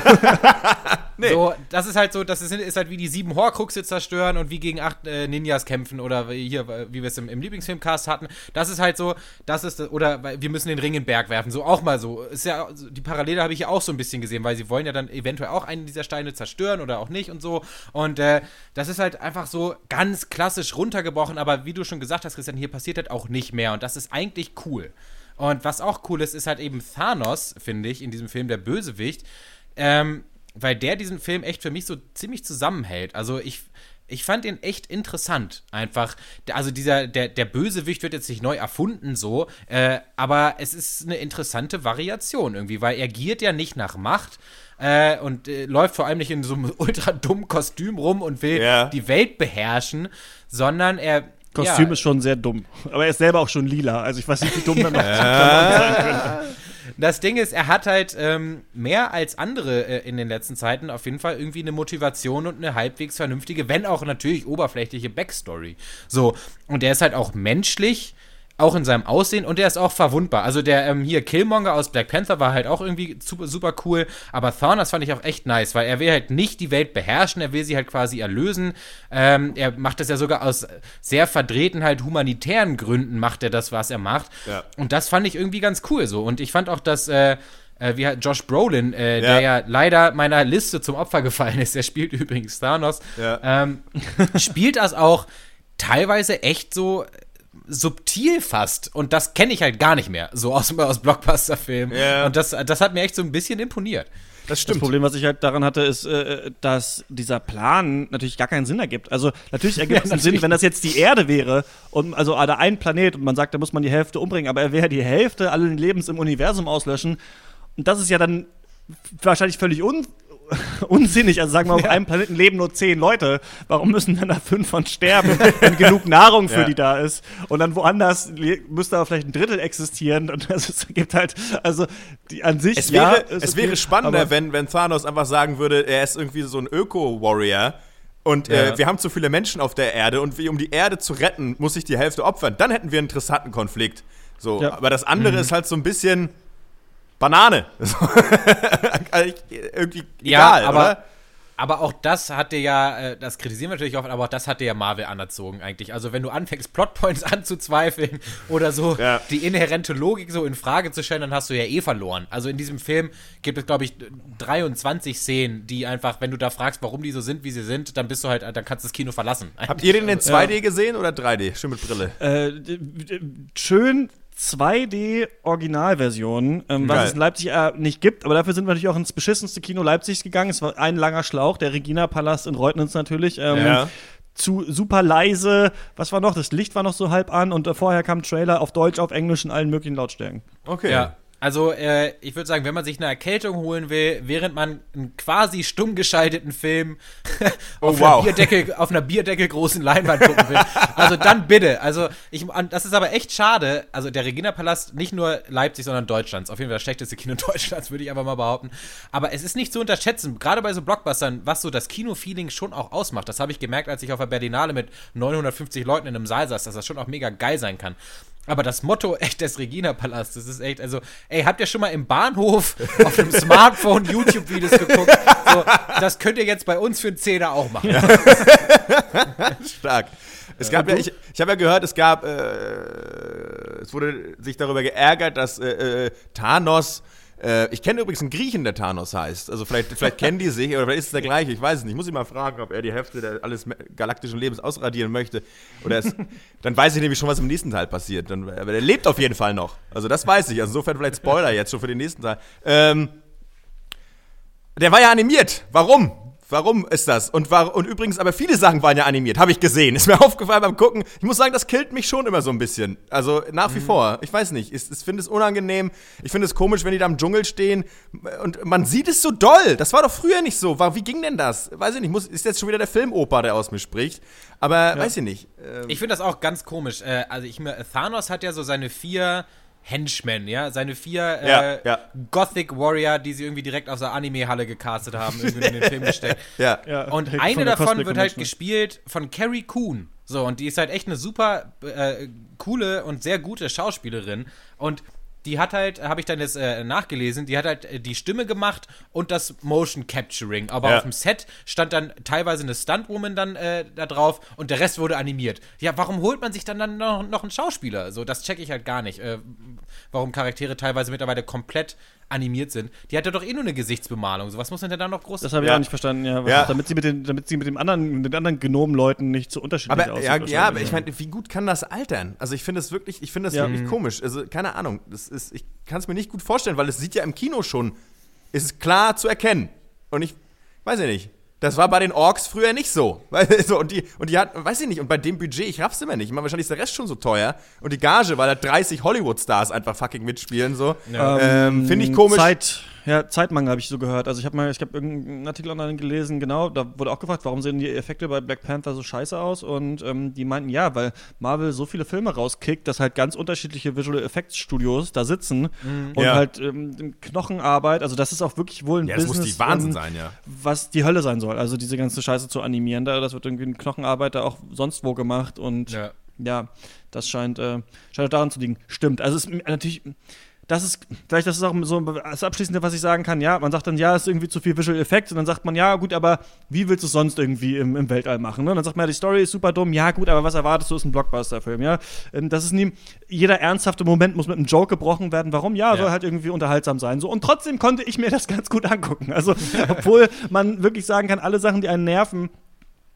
so, das ist halt so, das ist halt wie die 7 Horcruxe zerstören und wie gegen 8 Ninjas kämpfen oder hier, wie wir es im Lieblingsfilmcast hatten. Das ist halt so, oder wir müssen den Ring in den Berg werfen, so auch mal so. Ist ja, die Parallele habe ich ja auch so ein bisschen gesehen, weil sie wollen ja dann eventuell auch einen dieser Steine zerstören oder auch nicht und so. Und das ist halt einfach so ganz klassisch runtergebrochen, aber wie du schon gesagt hast, Christian, hier passiert halt auch nicht mehr und das ist eigentlich cool. Und was auch cool ist halt eben Thanos, finde ich, in diesem Film, der Bösewicht, weil der diesen Film echt für mich so ziemlich zusammenhält. Also ich fand ihn echt interessant, einfach. Also der Bösewicht wird jetzt nicht neu erfunden, so, aber es ist eine interessante Variation irgendwie, weil er giert ja nicht nach Macht und läuft vor allem nicht in so einem ultra dummen Kostüm rum und will die Welt beherrschen, sondern Kostüm ist schon sehr dumm. Aber er ist selber auch schon lila. Also ich weiß nicht, wie dumm er noch sein könnte. Das Ding ist, er hat halt mehr als andere in den letzten Zeiten auf jeden Fall irgendwie eine Motivation und eine halbwegs vernünftige, wenn auch natürlich oberflächliche Backstory. So, und der ist halt auch menschlich, auch in seinem Aussehen und der ist auch verwundbar. Also der hier Killmonger aus Black Panther war halt auch irgendwie super, super cool, aber Thanos fand ich auch echt nice, weil er will halt nicht die Welt beherrschen, er will sie halt quasi erlösen. Er macht das ja sogar aus sehr verdrehten halt humanitären Gründen macht er das, was er macht. Ja. Und das fand ich irgendwie ganz cool so. Und ich fand auch, dass wie hat Josh Brolin, der ja leider meiner Liste zum Opfer gefallen ist, der spielt übrigens Thanos, spielt das auch teilweise echt so subtil fast. Und das kenne ich halt gar nicht mehr, so aus Blockbuster-Filmen. Yeah. Und das hat mir echt so ein bisschen imponiert. Das stimmt. Das Problem, was ich halt daran hatte, ist, dass dieser Plan natürlich gar keinen Sinn ergibt. Also natürlich ergibt es einen Sinn, wenn das jetzt die Erde wäre und also da ein Planet und man sagt, da muss man die Hälfte umbringen, aber er wäre die Hälfte allen Lebens im Universum auslöschen. Und das ist ja dann wahrscheinlich völlig unsinnig. Also sagen wir, auf einem Planeten leben nur 10 Leute. Warum müssen dann da 5 von sterben, wenn genug Nahrung für die da ist? Und dann woanders müsste aber vielleicht ein Drittel existieren. Und das gibt halt, also die an sich, es wäre spannender, wenn Thanos einfach sagen würde, er ist irgendwie so ein Öko-Warrior und wir haben zu viele Menschen auf der Erde und um die Erde zu retten, muss ich die Hälfte opfern. Dann hätten wir einen interessanten Konflikt. So, aber das andere ist halt so ein bisschen Banane. Irgendwie egal, oder? Aber auch das hat dir ja, das kritisieren wir natürlich oft, aber auch das hat dir ja Marvel anerzogen eigentlich. Also wenn du anfängst, Plotpoints anzuzweifeln oder so die inhärente Logik so in Frage zu stellen, dann hast du ja verloren. Also in diesem Film gibt es, glaube ich, 23 Szenen, die einfach, wenn du da fragst, warum die so sind, wie sie sind, dann bist du halt, dann kannst du das Kino verlassen. Habt ihr den in 2D gesehen oder 3D? Schön mit Brille. Schön 2D-Originalversion, was es in Leipzig nicht gibt, aber dafür sind wir natürlich auch ins beschissenste Kino Leipzigs gegangen. Es war ein langer Schlauch, der Regina-Palast in Reutnitz natürlich. Zu super leise. Was war noch? Das Licht war noch so halb an und vorher kam ein Trailer auf Deutsch, auf Englisch in allen möglichen Lautstärken. Okay. Ja. Also, ich würde sagen, wenn man sich eine Erkältung holen will, während man einen quasi stumm geschalteten Film auf einer Bierdeckel großen Leinwand gucken will, also dann bitte. Also, das ist aber echt schade. Also, der Regina-Palast, nicht nur Leipzig, sondern Deutschlands. Auf jeden Fall das schlechteste Kino Deutschlands, würde ich einfach mal behaupten. Aber es ist nicht zu unterschätzen, gerade bei so Blockbustern, was so das Kino-Feeling schon auch ausmacht. Das habe ich gemerkt, als ich auf der Berlinale mit 950 Leuten in einem Saal saß, dass das schon auch mega geil sein kann. Aber das Motto echt des Regina-Palasts, das ist echt, also, habt ihr schon mal im Bahnhof auf dem Smartphone YouTube-Videos geguckt? So, das könnt ihr jetzt bei uns für einen Zehner auch machen. Ja. Stark. Es gab ich habe ja gehört, es wurde sich darüber geärgert, dass Thanos, ich kenne übrigens einen Griechen, der Thanos heißt. Also vielleicht kennen die sich, oder vielleicht ist es der gleiche, ich weiß es nicht. Ich muss ihn mal fragen, ob er die Hälfte alles galaktischen Lebens ausradieren möchte. Oder dann weiß ich nämlich schon, was im nächsten Teil passiert. Aber der lebt auf jeden Fall noch. Also das weiß ich. Also insofern vielleicht Spoiler jetzt schon für den nächsten Teil. Der war ja animiert. Warum? Warum ist das? Und übrigens, aber viele Sachen waren ja animiert, habe ich gesehen. Ist mir aufgefallen beim Gucken. Ich muss sagen, das killt mich schon immer so ein bisschen. Also nach wie vor. Ich weiß nicht. Ich finde es unangenehm. Ich finde es komisch, wenn die da im Dschungel stehen. Und man sieht es so doll. Das war doch früher nicht so. Wie ging denn das? Weiß ich nicht. Ist jetzt schon wieder der Filmoper, der aus mir spricht. Aber weiß ich nicht. Ich finde das auch ganz komisch. Thanos hat ja so seine 4 Henchmen, ja, seine 4 Gothic Warrior, die sie irgendwie direkt aus der Anime-Halle gecastet haben, irgendwie in den Film gesteckt. Und eine davon wird halt gespielt von Carrie Coon. So, und die ist halt echt eine super coole und sehr gute Schauspielerin. Und die hat halt, habe ich dann jetzt nachgelesen, die hat halt die Stimme gemacht und das Motion Capturing. Aber auf dem Set stand dann teilweise eine Stuntwoman dann da drauf und der Rest wurde animiert. Ja, warum holt man sich dann noch einen Schauspieler? So, das checke ich halt gar nicht. Warum Charaktere teilweise mittlerweile komplett animiert sind. Die hat ja doch nur eine Gesichtsbemalung. So, was muss denn da noch groß? Das habe ich auch nicht verstanden, damit sie mit den anderen Gnomenleuten nicht so unterschiedlich aussehen. Aber ich meine, wie gut kann das altern? Also ich finde das wirklich komisch. Also keine Ahnung. Ich kann es mir nicht gut vorstellen, weil es sieht ja im Kino schon, ist klar zu erkennen. Und ich weiß ja nicht. Das war bei den Orks früher nicht so. Und die hatten, weiß ich nicht, und bei dem Budget, ich raff's immer nicht. Ich meine, wahrscheinlich ist der Rest schon so teuer. Und die Gage, weil da 30 Hollywood-Stars einfach fucking mitspielen, so. Finde ich komisch. Zeitmangel habe ich so gehört. Also ich habe irgendeinen Artikel online gelesen, genau, da wurde auch gefragt, warum sehen die Effekte bei Black Panther so scheiße aus? Und die meinten, ja, weil Marvel so viele Filme rauskickt, dass halt ganz unterschiedliche Visual Effects Studios da sitzen und halt Knochenarbeit, also das ist auch wirklich wohl ein Business, das muss die Wahnsinn sein, was die Hölle sein soll. Also diese ganze Scheiße zu animieren, das wird irgendwie eine Knochenarbeit da auch sonst wo gemacht und das scheint daran zu liegen. Stimmt, also es ist natürlich... Das ist auch so das Abschließende, was ich sagen kann. Ja, man sagt dann, ja, ist irgendwie zu viel Visual Effects. Und dann sagt man, ja, gut, aber wie willst du es sonst irgendwie im Weltall machen? Ne? Und dann sagt man, ja, die Story ist super dumm. Ja, gut, aber was erwartest du, ist ein Blockbuster-Film, ja? Das ist nie, jeder ernsthafte Moment muss mit einem Joke gebrochen werden. Warum? Ja, soll halt irgendwie unterhaltsam sein. So. Und trotzdem konnte ich mir das ganz gut angucken. Also, obwohl man wirklich sagen kann, alle Sachen, die einen nerven,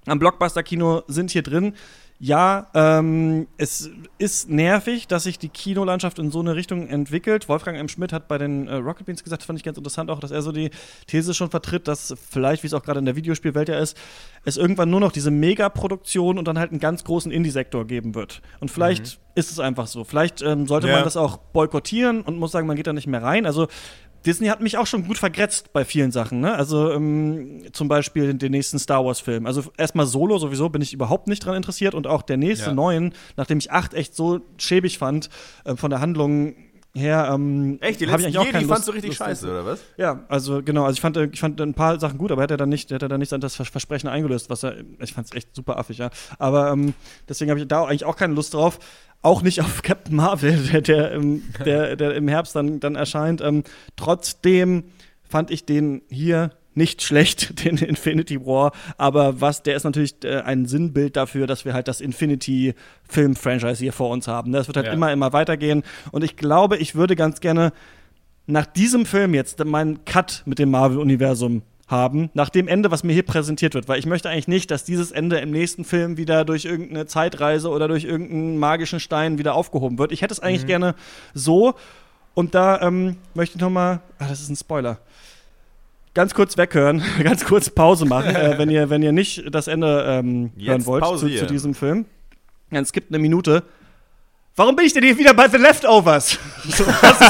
am Blockbuster-Kino sind hier drin. Ja, es ist nervig, dass sich die Kinolandschaft in so eine Richtung entwickelt. Wolfgang M. Schmidt hat bei den Rocket Beans gesagt, das fand ich ganz interessant auch, dass er so die These schon vertritt, dass vielleicht, wie es auch gerade in der Videospielwelt ja ist, es irgendwann nur noch diese Megaproduktion und dann halt einen ganz großen Indie-Sektor geben wird. Und vielleicht ist es einfach so. Vielleicht sollte man das auch boykottieren und muss sagen, man geht da nicht mehr rein. Also Disney hat mich auch schon gut vergrätzt bei vielen Sachen, ne? Also zum Beispiel den nächsten Star Wars-Film. Also erstmal Solo sowieso bin ich überhaupt nicht dran interessiert und auch der nächste neuen, nachdem ich 8 echt so schäbig fand, von der Handlung her. Echt? Die letzten die fandst du richtig scheiße, oder was? Ja, also genau. Also ich fand ein paar Sachen gut, aber hätte er dann nicht das Versprechen eingelöst, ich fand es echt super affig, ja. Aber deswegen habe ich da eigentlich auch keine Lust drauf. Auch nicht auf Captain Marvel, der im Herbst dann erscheint. Trotzdem fand ich den hier nicht schlecht, den Infinity War. Aber der ist natürlich ein Sinnbild dafür, dass wir halt das Infinity-Film-Franchise hier vor uns haben. Das wird halt immer weitergehen. Und ich glaube, ich würde ganz gerne nach diesem Film jetzt meinen Cut mit dem Marvel-Universum haben, nach dem Ende, was mir hier präsentiert wird. Weil ich möchte eigentlich nicht, dass dieses Ende im nächsten Film wieder durch irgendeine Zeitreise oder durch irgendeinen magischen Stein wieder aufgehoben wird. Ich hätte es eigentlich gerne so. Und da möchte ich noch mal, das ist ein Spoiler, ganz kurz weghören, ganz kurz Pause machen, wenn ihr nicht das Ende hören wollt zu diesem Film. Dann skippt eine Minute. Warum bin ich denn hier wieder bei The Leftovers? So,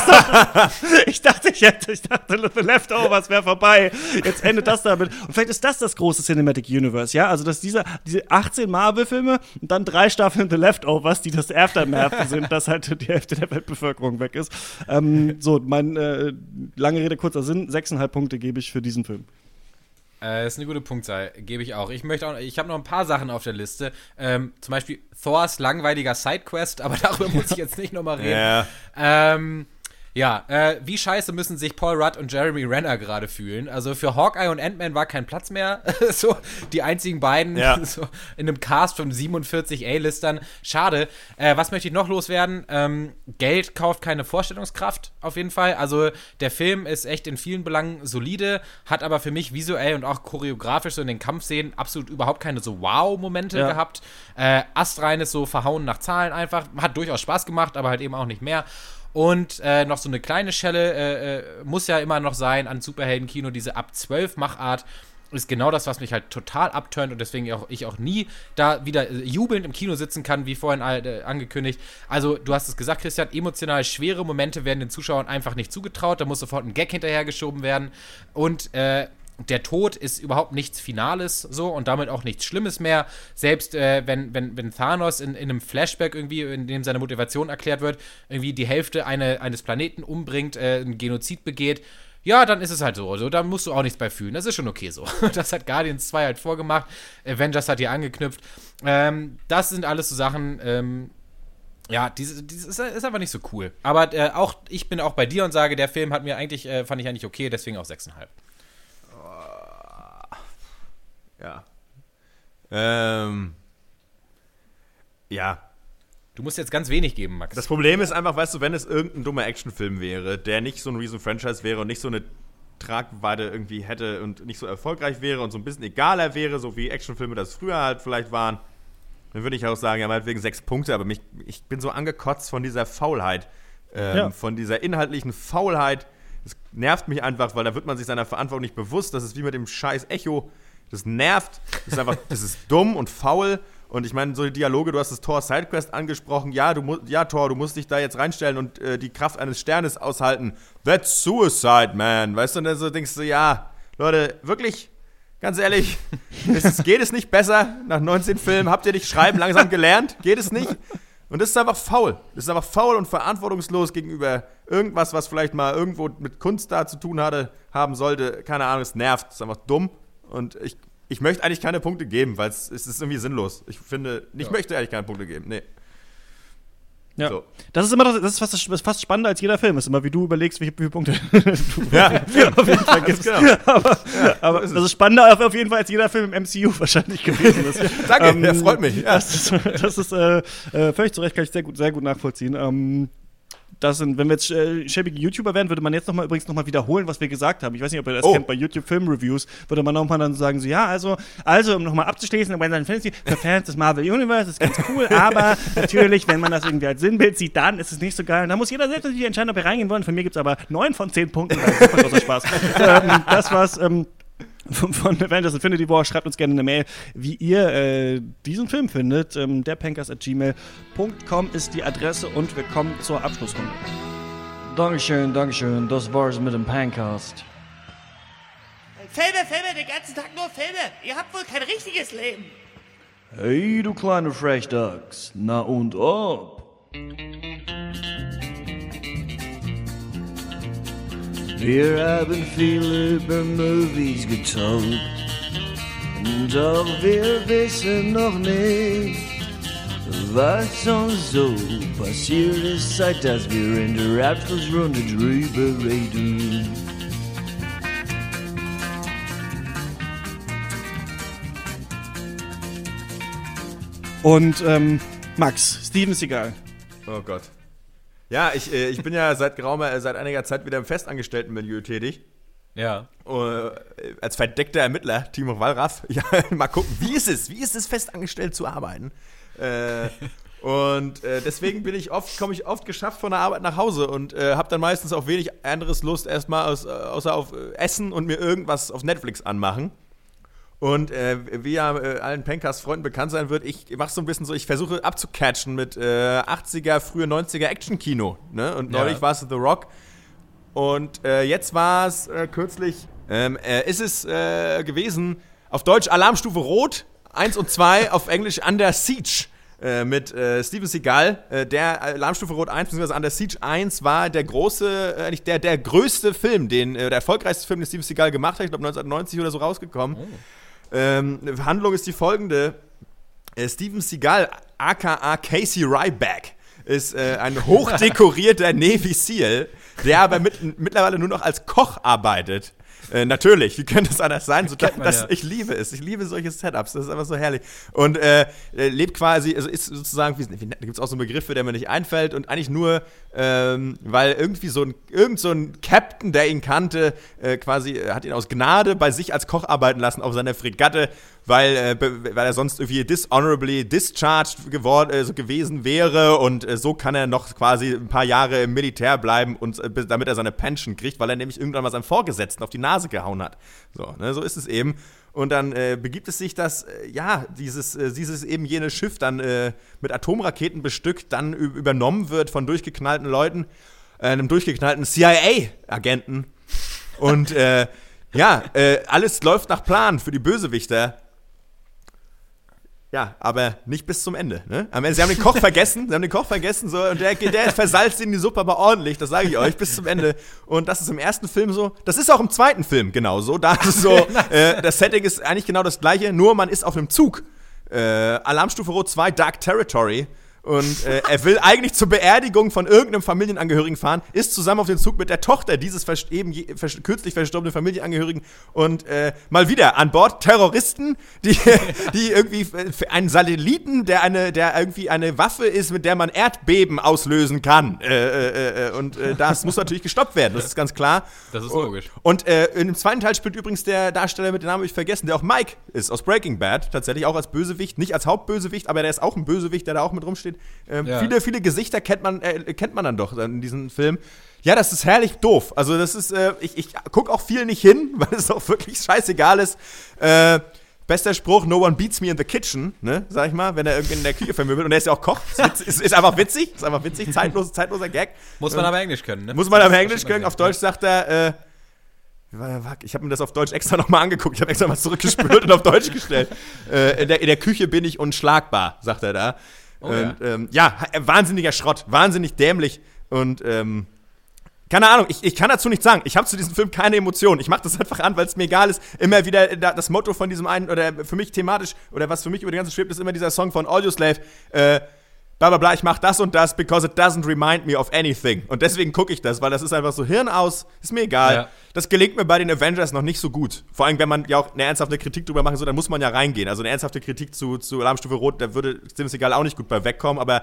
ich dachte, The Leftovers wäre vorbei. Jetzt endet das damit. Und vielleicht ist das große Cinematic Universe, ja? Also, dass diese 18 Marvel-Filme und dann 3 Staffeln The Leftovers, die das Aftermath sind, dass halt die Hälfte der Weltbevölkerung weg ist. Lange Rede, kurzer Sinn, 6,5 Punkte gebe ich für diesen Film. Ist eine gute Punktzahl, gebe ich auch. Ich habe noch ein paar Sachen auf der Liste. Zum Beispiel Thors langweiliger Sidequest, aber darüber muss ich jetzt nicht nochmal reden. Wie scheiße müssen sich Paul Rudd und Jeremy Renner gerade fühlen? Also für Hawkeye und Ant-Man war kein Platz mehr. So, die einzigen beiden so in einem Cast von 47 A-Listern. Schade. Was möchte ich noch loswerden? Geld kauft keine Vorstellungskraft, auf jeden Fall. Also der Film ist echt in vielen Belangen solide, hat aber für mich visuell und auch choreografisch so in den Kampfszenen absolut überhaupt keine so Wow-Momente gehabt. Astreines so verhauen nach Zahlen einfach. Hat durchaus Spaß gemacht, aber halt eben auch nicht mehr. Und noch so eine kleine Schelle muss ja immer noch sein an Superheldenkino, diese ab 12 Machart ist genau das, was mich halt total abturnt und deswegen ich auch nie da wieder jubelnd im Kino sitzen kann, wie vorhin angekündigt. Also, du hast es gesagt, Christian, emotional schwere Momente werden den Zuschauern einfach nicht zugetraut, da muss sofort ein Gag hinterhergeschoben werden und der Tod ist überhaupt nichts Finales so und damit auch nichts Schlimmes mehr. Selbst wenn Thanos in einem Flashback irgendwie, in dem seine Motivation erklärt wird, irgendwie die Hälfte eines Planeten umbringt, einen Genozid begeht, ja, dann ist es halt so. Also, da musst du auch nichts bei fühlen. Das ist schon okay so. Das hat Guardians 2 halt vorgemacht. Avengers hat hier angeknüpft. Das sind alles so Sachen, dieses ist einfach nicht so cool. Aber ich bin auch bei dir und sage, der Film fand ich eigentlich okay, deswegen auch 6,5. Du musst jetzt ganz wenig geben, Max. Das Problem ist einfach, weißt du, wenn es irgendein dummer Actionfilm wäre, der nicht so ein Riesen-Franchise wäre und nicht so eine Tragweite irgendwie hätte und nicht so erfolgreich wäre und so ein bisschen egaler wäre, so wie Actionfilme das früher halt vielleicht waren, dann würde ich auch sagen, ja, meinetwegen 6 Punkte, aber ich bin so angekotzt von dieser Faulheit, von dieser inhaltlichen Faulheit. Das nervt mich einfach, weil da wird man sich seiner Verantwortung nicht bewusst. Das ist wie mit dem scheiß Echo. Das nervt. Das ist dumm und faul. Und ich meine, so die Dialoge, du hast das Thor Sidequest angesprochen. Ja, Thor, du musst dich da jetzt reinstellen und die Kraft eines Sternes aushalten. That's suicide, man. Weißt du, und dann so denkst du, ja, Leute, wirklich, ganz ehrlich, geht es nicht besser nach 19 Filmen? Habt ihr nicht schreiben langsam gelernt? Geht es nicht? Und das ist einfach faul. Das ist einfach faul und verantwortungslos gegenüber irgendwas, was vielleicht mal irgendwo mit Kunst da zu tun haben sollte. Keine Ahnung, es nervt. Es ist einfach dumm. Und ich möchte eigentlich keine Punkte geben, weil es ist irgendwie sinnlos. Ich finde, ich möchte eigentlich keine Punkte geben. Nee. Ja. So. Das ist fast spannender als jeder Film. Ist immer, wie du überlegst, wie viele Punkte du auf jeden Fall gibst. Genau. Aber das ist spannender auf jeden Fall als jeder Film im MCU wahrscheinlich gewesen ist. Danke, der freut mich. Ja. Das ist völlig zu Recht, kann ich sehr gut nachvollziehen. das sind, wenn wir jetzt schäbige YouTuber wären, würde man jetzt übrigens noch mal wiederholen, was wir gesagt haben. Ich weiß nicht, ob ihr das kennt, bei YouTube Film Reviews würde man nochmal dann sagen, so, ja, also um nochmal abzuschließen, Final Fantasy für Fans des Marvel Universe ist ganz cool, aber natürlich, wenn man das irgendwie als Sinnbild sieht, dann ist es nicht so geil. Und da muss jeder selbst natürlich entscheiden, ob er reingehen wollen. Von mir gibt es aber 9 von 10 Punkten. Das ist super großer Spaß. Das war's von Avengers Infinity War. Schreibt uns gerne eine Mail, wie ihr diesen Film findet. derpankers@gmail.com ist die Adresse und wir kommen zur Abschlussrunde. Dankeschön. Das war's mit dem Pancast. Filme, den ganzen Tag nur Filme. Ihr habt wohl kein richtiges Leben. Hey, du kleine Frechdachs. Na und ob? Wir haben viel über Movies getalkt, doch wir wissen noch nicht, was uns so passiert ist, seit dass wir in der Abschlussrunde drüber reden. Und Max, Steven Seagal. Oh Gott. Ja, ich bin ja seit einiger Zeit wieder im Festangestelltenmilieu tätig. Ja. Als verdeckter Ermittler, Timo Wallraff. Ja, mal gucken, wie ist es festangestellt zu arbeiten? Deswegen komme ich oft geschafft von der Arbeit nach Hause und habe dann meistens auch wenig anderes Lust erstmal außer auf Essen und mir irgendwas auf Netflix anmachen. Und wie ja allen Pencast-Freunden bekannt sein wird, ich mache so ein bisschen so, ich versuche abzucatchen mit 80er, frühe 90er Action-Kino. Ne? Und neulich war es The Rock. Und jetzt war es kürzlich, ist es gewesen, auf Deutsch Alarmstufe Rot, 1 und 2, auf Englisch Under Siege. Mit Steven Seagal, der Alarmstufe Rot 1 bzw. Under Siege 1 war der größte Film, der erfolgreichste Film, den Steven Seagal gemacht hat, ich glaube 1990 oder so rausgekommen. Oh. Handlung ist die folgende: Steven Seagal, aka Casey Ryback, ist ein hochdekorierter Navy SEAL, der aber mittlerweile nur noch als Koch arbeitet. Natürlich, wie könnte es anders sein? Ich liebe es. Ich liebe solche Setups. Das ist einfach so herrlich. Und lebt quasi, also ist sozusagen, da gibt es auch so einen Begriff, der mir nicht einfällt, und eigentlich nur, weil irgendwie irgend so ein Captain, der ihn kannte, quasi hat ihn aus Gnade bei sich als Koch arbeiten lassen auf seiner Fregatte, weil er sonst irgendwie dishonorably discharged gewesen wäre, und so kann er noch quasi ein paar Jahre im Militär bleiben, und damit er seine Pension kriegt, weil er nämlich irgendwann mal seinem Vorgesetzten auf die Nase gehauen hat. So, ne, so ist es eben. Und dann begibt es sich, dass dieses eben jene Schiff dann mit Atomraketen bestückt, dann übernommen wird von durchgeknallten Leuten, einem durchgeknallten CIA-Agenten. Und alles läuft nach Plan für die Bösewichter. Ja, aber nicht bis zum Ende. Ne? Am Ende, sie haben den Koch vergessen, so, und der versalzt in die Suppe aber ordentlich, das sage ich euch, bis zum Ende. Und das ist im ersten Film so, das ist auch im zweiten Film genauso. Da ist es so, das Setting ist eigentlich genau das gleiche, nur man ist auf einem Zug. Alarmstufe Rot 2, Dark Territory. Und er will eigentlich zur Beerdigung von irgendeinem Familienangehörigen fahren, ist zusammen auf den Zug mit der Tochter dieses kürzlich verstorbenen Familienangehörigen, und mal wieder an Bord Terroristen, die irgendwie einen Satelliten, der irgendwie eine Waffe ist, mit der man Erdbeben auslösen kann. Und das muss natürlich gestoppt werden, das ist ganz klar. Das ist logisch. Und in dem zweiten Teil spielt übrigens der Darsteller, mit dem Namen habe ich vergessen, der auch Mike ist aus Breaking Bad, tatsächlich auch als Bösewicht, nicht als Hauptbösewicht, aber der ist auch ein Bösewicht, der da auch mit rumsteht. Viele Gesichter kennt man dann doch in diesem Film. Ja, das ist herrlich doof. Also das ist, ich gucke auch viel nicht hin, weil es auch wirklich scheißegal ist. Bester Spruch, no one beats me in the kitchen, ne, sag ich mal, wenn er irgendwie in der Küche vermöbelt, und er ist ja auch Koch. Ist einfach witzig, zeitloser Gag. Muss man aber Englisch können, ne? Muss man aber Englisch können. Auf Deutsch sagt er, ich habe mir das auf Deutsch extra nochmal angeguckt. Ich habe extra was zurückgespült und auf Deutsch gestellt. In der Küche bin ich unschlagbar, sagt er da. Oh, und wahnsinniger Schrott, wahnsinnig dämlich, und keine Ahnung, ich kann dazu nichts sagen. Ich habe zu diesem Film keine Emotionen. Ich mache das einfach an, weil es mir egal ist. Immer wieder das Motto von diesem einen, oder für mich thematisch, oder was für mich über die ganze schwebt, ist immer dieser Song von Audioslave, bla bla bla, ich mach das und das, because it doesn't remind me of anything. Und deswegen gucke ich das, weil das ist einfach so Hirn aus, ist mir egal. Ja. Das gelingt mir bei den Avengers noch nicht so gut. Vor allem, wenn man ja auch eine ernsthafte Kritik drüber machen soll, dann muss man ja reingehen. Also eine ernsthafte Kritik zu Alarmstufe Rot, da würde Steven Seagal auch nicht gut bei wegkommen, aber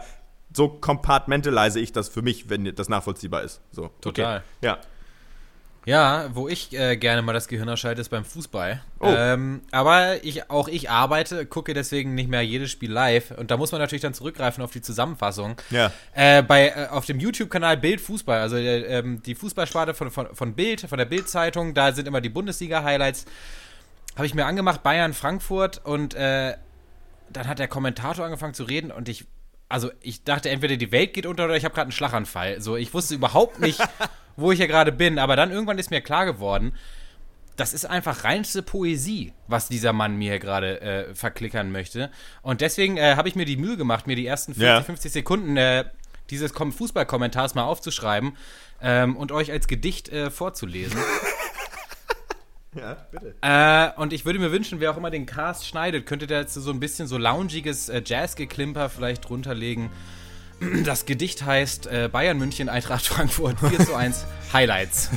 so compartmentalise ich das für mich, wenn das nachvollziehbar ist. So, Total. Okay. Ja. Ja, wo ich gerne mal das Gehirn ausschalte, ist beim Fußball. Oh. Aber ich arbeite, gucke deswegen nicht mehr jedes Spiel live. Und da muss man natürlich dann zurückgreifen auf die Zusammenfassung. Ja. Auf dem YouTube-Kanal Bild Fußball, also die Fußballsparte von Bild, von der Bild-Zeitung, da sind immer die Bundesliga-Highlights. Habe ich mir angemacht, Bayern, Frankfurt. Und dann hat der Kommentator angefangen zu reden und ich dachte, entweder die Welt geht unter oder ich habe gerade einen Schlaganfall. So, ich wusste überhaupt nicht, wo ich hier gerade bin. Aber dann irgendwann ist mir klar geworden, das ist einfach reinste Poesie, was dieser Mann mir hier gerade verklickern möchte. Und deswegen habe ich mir die Mühe gemacht, mir die ersten 50 Sekunden dieses Fußballkommentars mal aufzuschreiben und euch als Gedicht vorzulesen. Ja, bitte. Und ich würde mir wünschen, wer auch immer den Cast schneidet, könnte der jetzt so ein bisschen so loungiges Jazzgeklimper vielleicht drunterlegen. Das Gedicht heißt Bayern München, Eintracht Frankfurt 4:1 Highlights.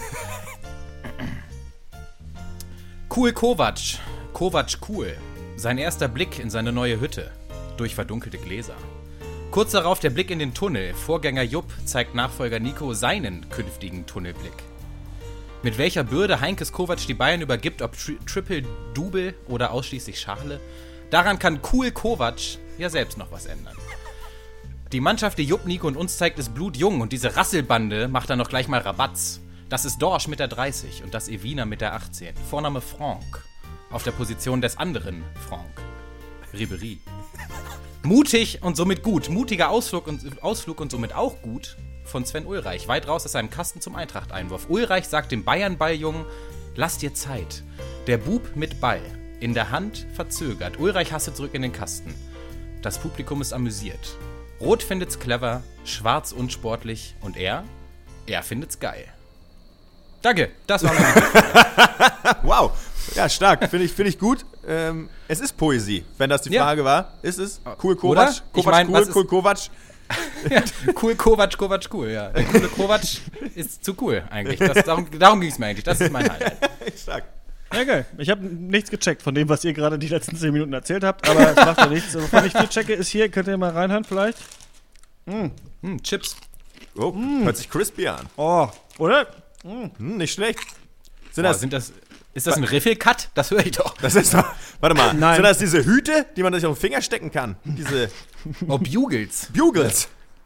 Cool Kovac. Kovac cool. Sein erster Blick in seine neue Hütte. Durch verdunkelte Gläser. Kurz darauf der Blick in den Tunnel. Vorgänger Jupp zeigt Nachfolger Nico seinen künftigen Tunnelblick. Mit welcher Bürde Heinkes Kovac die Bayern übergibt, ob Triple-Double oder ausschließlich Schale, daran kann Cool Kovac ja selbst noch was ändern. Die Mannschaft, die Jupp, Nico und uns zeigt, ist blutjung und diese Rasselbande macht dann noch gleich mal Rabatz. Das ist Dorsch mit der 30 und das Evina mit der 18. Vorname Franck. Auf der Position des anderen Franck. Ribéry. Mutig und somit gut. Mutiger Ausflug und somit auch gut von Sven Ulreich. Weit raus aus seinem Kasten zum Eintracht-Einwurf. Ulreich sagt dem Bayern-Balljungen, lass dir Zeit. Der Bub mit Ball. In der Hand verzögert. Ulreich hasst zurück in den Kasten. Das Publikum ist amüsiert. Rot findet's clever, schwarz unsportlich und er findet's geil. Danke, das war mein Gedicht. Wow, ja, stark, finde ich gut. Es ist Poesie, wenn das die Frage war. Ist es? Cool Kovac? Oder? Kovac cool, Kovac. Ja, cool Kovac cool, ja. Der coole Kovac ist zu cool eigentlich. Darum ging es mir eigentlich, das ist mein Highlight. Stark. Ja, geil. Ich habe nichts gecheckt von dem, was ihr gerade die letzten 10 Minuten erzählt habt, aber es macht ja nichts. Wovon ich viel checke, ist hier, könnt ihr mal reinhören vielleicht? Chips. Oh, hört sich crispy an. Oh, oder? Nicht schlecht. Ist das ein Riffel-Cut? Das höre ich doch. Das ist doch, warte mal, Nein. sind das diese Hüte, die man sich auf den Finger stecken kann? Diese Oh, Bugles. Bugles.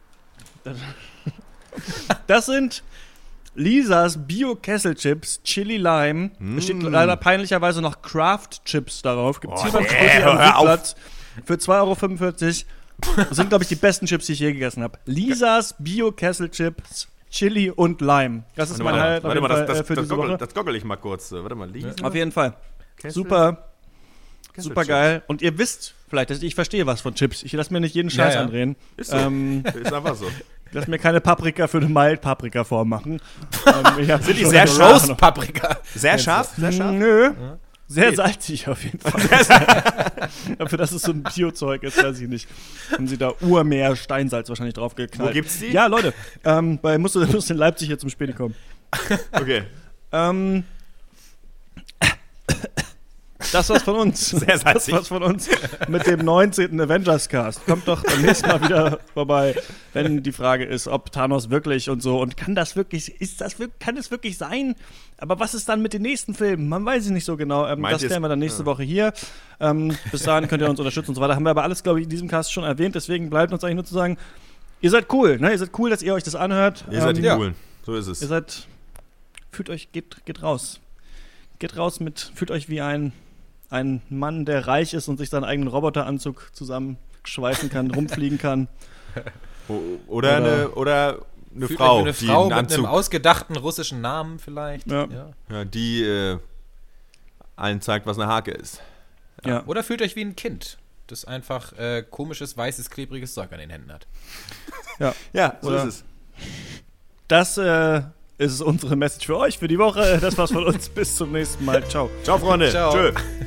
Das sind Lisas Bio-Kesselchips, Chili Lime. Es steht leider peinlicherweise noch Kraft-Chips darauf. Gibt es hier beim Sprüche am hör auf. Südplatz für 2,45 €. Das sind, glaube ich, die besten Chips, die ich je gegessen habe. Lisas Bio-Kesselchips, Chili und Lime. Das ist mein Highlight auf jeden Fall für diese Woche. Das goggle ich mal kurz. Warte mal, Lisa. Auf jeden Fall. Kessel- Super Kesselchips. geil. Und ihr wisst vielleicht, ich verstehe was von Chips. Ich lasse mir nicht jeden Scheiß Ja. andrehen. Ist so. Ist einfach so. Ich lasse mir keine Paprika für eine Mild-Paprika-Form machen. Sind die sehr scharf? Roast-Paprika. Sehr scharf? Sehr scharf? Nö. Sehr salzig auf jeden Fall. Dafür, dass es so ein Biozeug ist, weiß ich nicht. Haben sie da Urmeer Steinsalz wahrscheinlich drauf geknallt. Wo gibt's die? Ja, Leute, musst du in Leipzig hier zum Späti kommen. Okay. Das war's von uns. Sehr salzig. Das war's von uns mit dem 19. Avengers-Cast. Kommt doch beim nächsten Mal wieder vorbei, wenn die Frage ist, ob Thanos wirklich und so. Und kann es wirklich sein? Aber was ist dann mit den nächsten Filmen? Man weiß es nicht so genau. Das klären wir dann nächste Woche hier. Bis dahin könnt ihr uns unterstützen und so weiter. Haben wir aber alles, glaube ich, in diesem Cast schon erwähnt. Deswegen bleibt uns eigentlich nur zu sagen, ihr seid cool. Ne? Ihr seid cool, dass ihr euch das anhört. Ihr seid die ja. Coolen. So ist es. Ihr seid, geht raus. Geht raus fühlt euch wie ein Mann, der reich ist und sich seinen eigenen Roboteranzug zusammenschweißen kann, rumfliegen kann. Oder eine Fühlt Frau, euch wie eine die Frau einen mit Anzug, einem ausgedachten russischen Namen vielleicht. Ja. ja, die allen zeigt, was eine Hake ist. Ja. Oder fühlt euch wie ein Kind, das einfach komisches, weißes, klebriges Zeug an den Händen hat. Ja, so Oder- ist es. Das ist unsere Message für euch für die Woche. Das war's von uns. Bis zum nächsten Mal. Ciao. Ciao, Freunde. Ciao. Tschö.